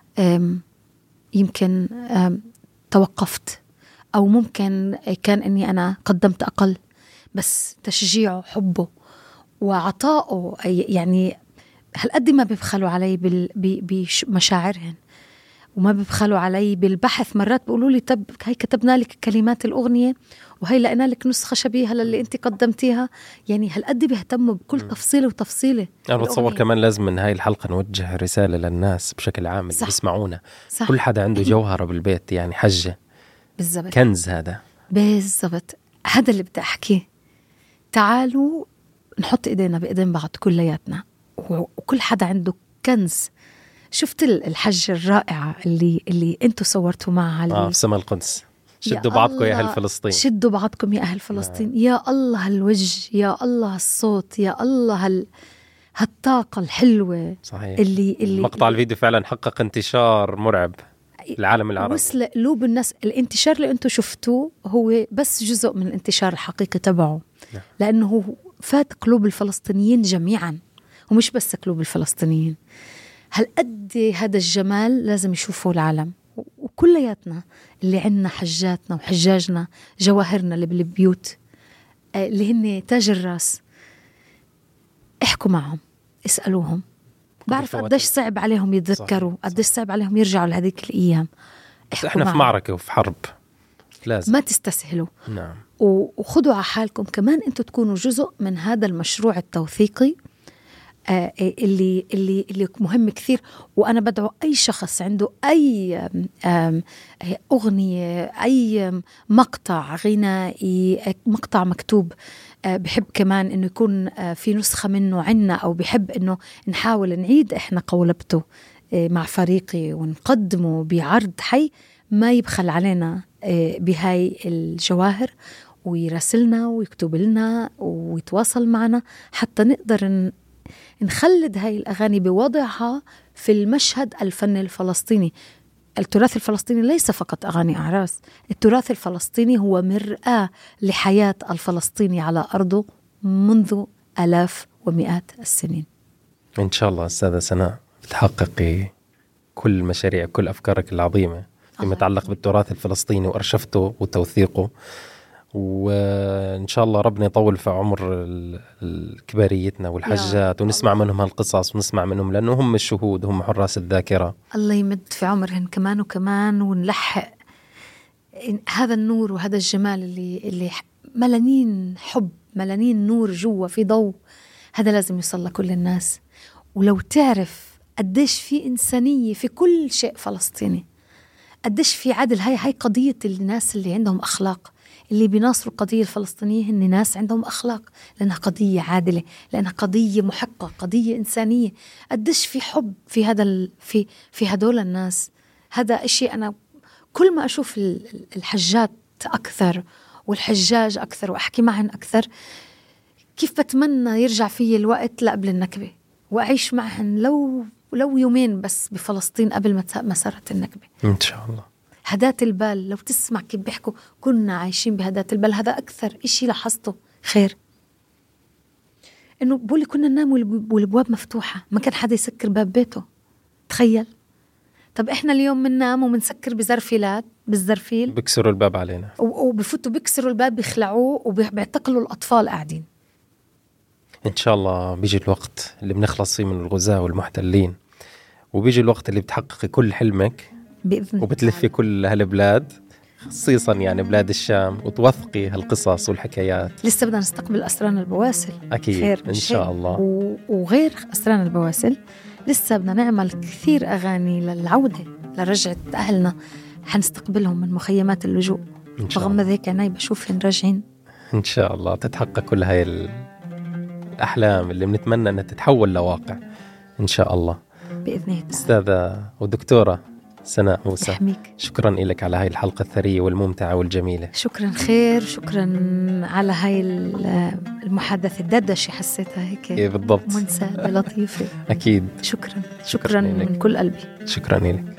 يمكن توقفت، أو ممكن كان أني أنا قدمت أقل. بس تشجيعه، حبه وعطائه، يعني هالقد ما بيبخلوا علي بمشاعرهن، وما بيبخلوا علي بالبحث. مرات بيقولوا لي طب هاي كتبنا لك كلمات الأغنية وهي لقينا لك نسخة شبيهة للي انت قدمتيها. يعني هالقد بيهتموا بكل تفصيلة وتفصيلة. أنا بتصور كمان لازم من هاي الحلقة نوجه رسالة للناس بشكل عام اللي بيسمعونا. كل حدا عنده جوهرة بالبيت، يعني حجة بالزبط. كنز. هذا بالضبط، هذا اللي بدي أحكيه. تعالوا نحط إيدينا بإيدين بعض كلياتنا، وكل حدا عنده كنز. شفت الحجة الرائعة اللي انتوا صورتوا معها في سما القدس؟ شدوا بعضكم يا أهل فلسطين. شدوا بعضكم يا أهل فلسطين. يا الله الوجه، يا الله الصوت، يا الله هالطاقة الحلوة. صحيح. اللي مقطع الفيديو فعلا حقق انتشار مرعب العالم العربي، وصل قلوب الناس. الانتشار اللي انتم شفتوه هو بس جزء من الانتشار الحقيقي تبعه، لأنه فات قلوب الفلسطينيين جميعا، ومش بس قلوب الفلسطينيين. هل قد هذا الجمال لازم يشوفه العالم، وكلياتنا اللي عنا حجاتنا وحجاجنا، جواهرنا اللي بالبيوت اللي هن تاج الراس، احكوا معهم، اسألوهم. بعرف قديش صعب عليهم يتذكروا، قديش صعب عليهم يرجعوا لهذيك الأيام. احنا في معركة وفي حرب، لازم ما تستسهلوا. نعم. وخدوا على حالكم كمان انتوا تكونوا جزء من هذا المشروع التوثيقي اللي مهم كثير. وأنا بدعو أي شخص عنده أي أغنية، أي مقطع غنائي، مقطع مكتوب، بحب كمان إنه يكون في نسخة منه عنا، أو بحب إنه نحاول نعيد إحنا قولبته مع فريقي ونقدمه بعرض حي، ما يبخل علينا بهاي الجواهر، ويراسلنا ويكتب لنا ويتواصل معنا حتى نقدر نخلد هاي الأغاني بوضعها في المشهد الفني الفلسطيني. التراث الفلسطيني ليس فقط أغاني أعراس، التراث الفلسطيني هو مرآة لحياة الفلسطيني على أرضه منذ آلاف ومئات السنين. إن شاء الله أستاذة سناء تحققي كل مشاريع، كل أفكارك العظيمة فيما يتعلق بالتراث الفلسطيني وأرشفته وتوثيقه، وإن شاء الله ربنا يطول في عمر كباريتنا والحجات، ونسمع منهم هالقصص ونسمع منهم، لأنه هم الشهود، هم حراس الذاكرة. الله يمد في عمرهن كمان وكمان، ونلحق هذا النور وهذا الجمال اللي ملانين حب، ملانين نور جوا في ضوء، هذا لازم يوصل لكل الناس. ولو تعرف قديش في إنسانية في كل شيء فلسطيني، قديش في عدل. هاي قضية الناس اللي عندهم أخلاق، اللي بيناصروا القضية الفلسطينية هن ناس عندهم أخلاق، لأنها قضية عادلة، لأنها قضية محقة، قضية إنسانية. قديش في حب في هذا في هدول الناس. هذا إشي أنا كل ما أشوف الحجات أكثر والحجاج أكثر وأحكي معهن أكثر، كيف بتمنى يرجع فيه الوقت لقبل النكبة وأعيش معهن لو يومين بس بفلسطين قبل ما صارت النكبة إن شاء الله. هدات البال، لو تسمع كيف بيحكوا كنا عايشين بهدات البال. هذا أكثر إشي لاحظته خير، إنه بقولي كنا ننام والابواب مفتوحة، ما كان حدا يسكر باب بيته. تخيل. طب إحنا اليوم مننام ومنسكر بزرفيلات، بالزرفيل بيكسروا الباب علينا، وبفوتوا بيكسروا الباب، بيخلعوه وبيعتقلوا الأطفال قاعدين. إن شاء الله بيجي الوقت اللي بنخلص فيه من الغزاة والمحتلين، وبيجي الوقت اللي بتحققي كل حلمك وبتلفي كل هالبلاد، خصيصا يعني بلاد الشام، وتوثقي هالقصص والحكايات. لسه بدنا نستقبل أسران البواسل أكيد خير إن شاء الله. وغير أسران البواسل لسه بدنا نعمل كثير أغاني للعودة، لرجعة أهلنا، حنستقبلهم من مخيمات اللجوء. بغمض هيك عيني بشوفهم راجعين. إن شاء الله تتحقق كل هاي الأحلام اللي بنتمنى أنها تتحول لواقع إن شاء الله بإذن الله. أستاذة ودكتورة سناء موسى، يحميك. شكرا لك على هاي الحلقة الثرية والممتعة والجميلة. شكرا خير، شكرا على هاي المحادثة الدردشة، حسيتها هيك بالضبط منسى لطيفة. أكيد. شكرا من كل قلبي. شكرا لك.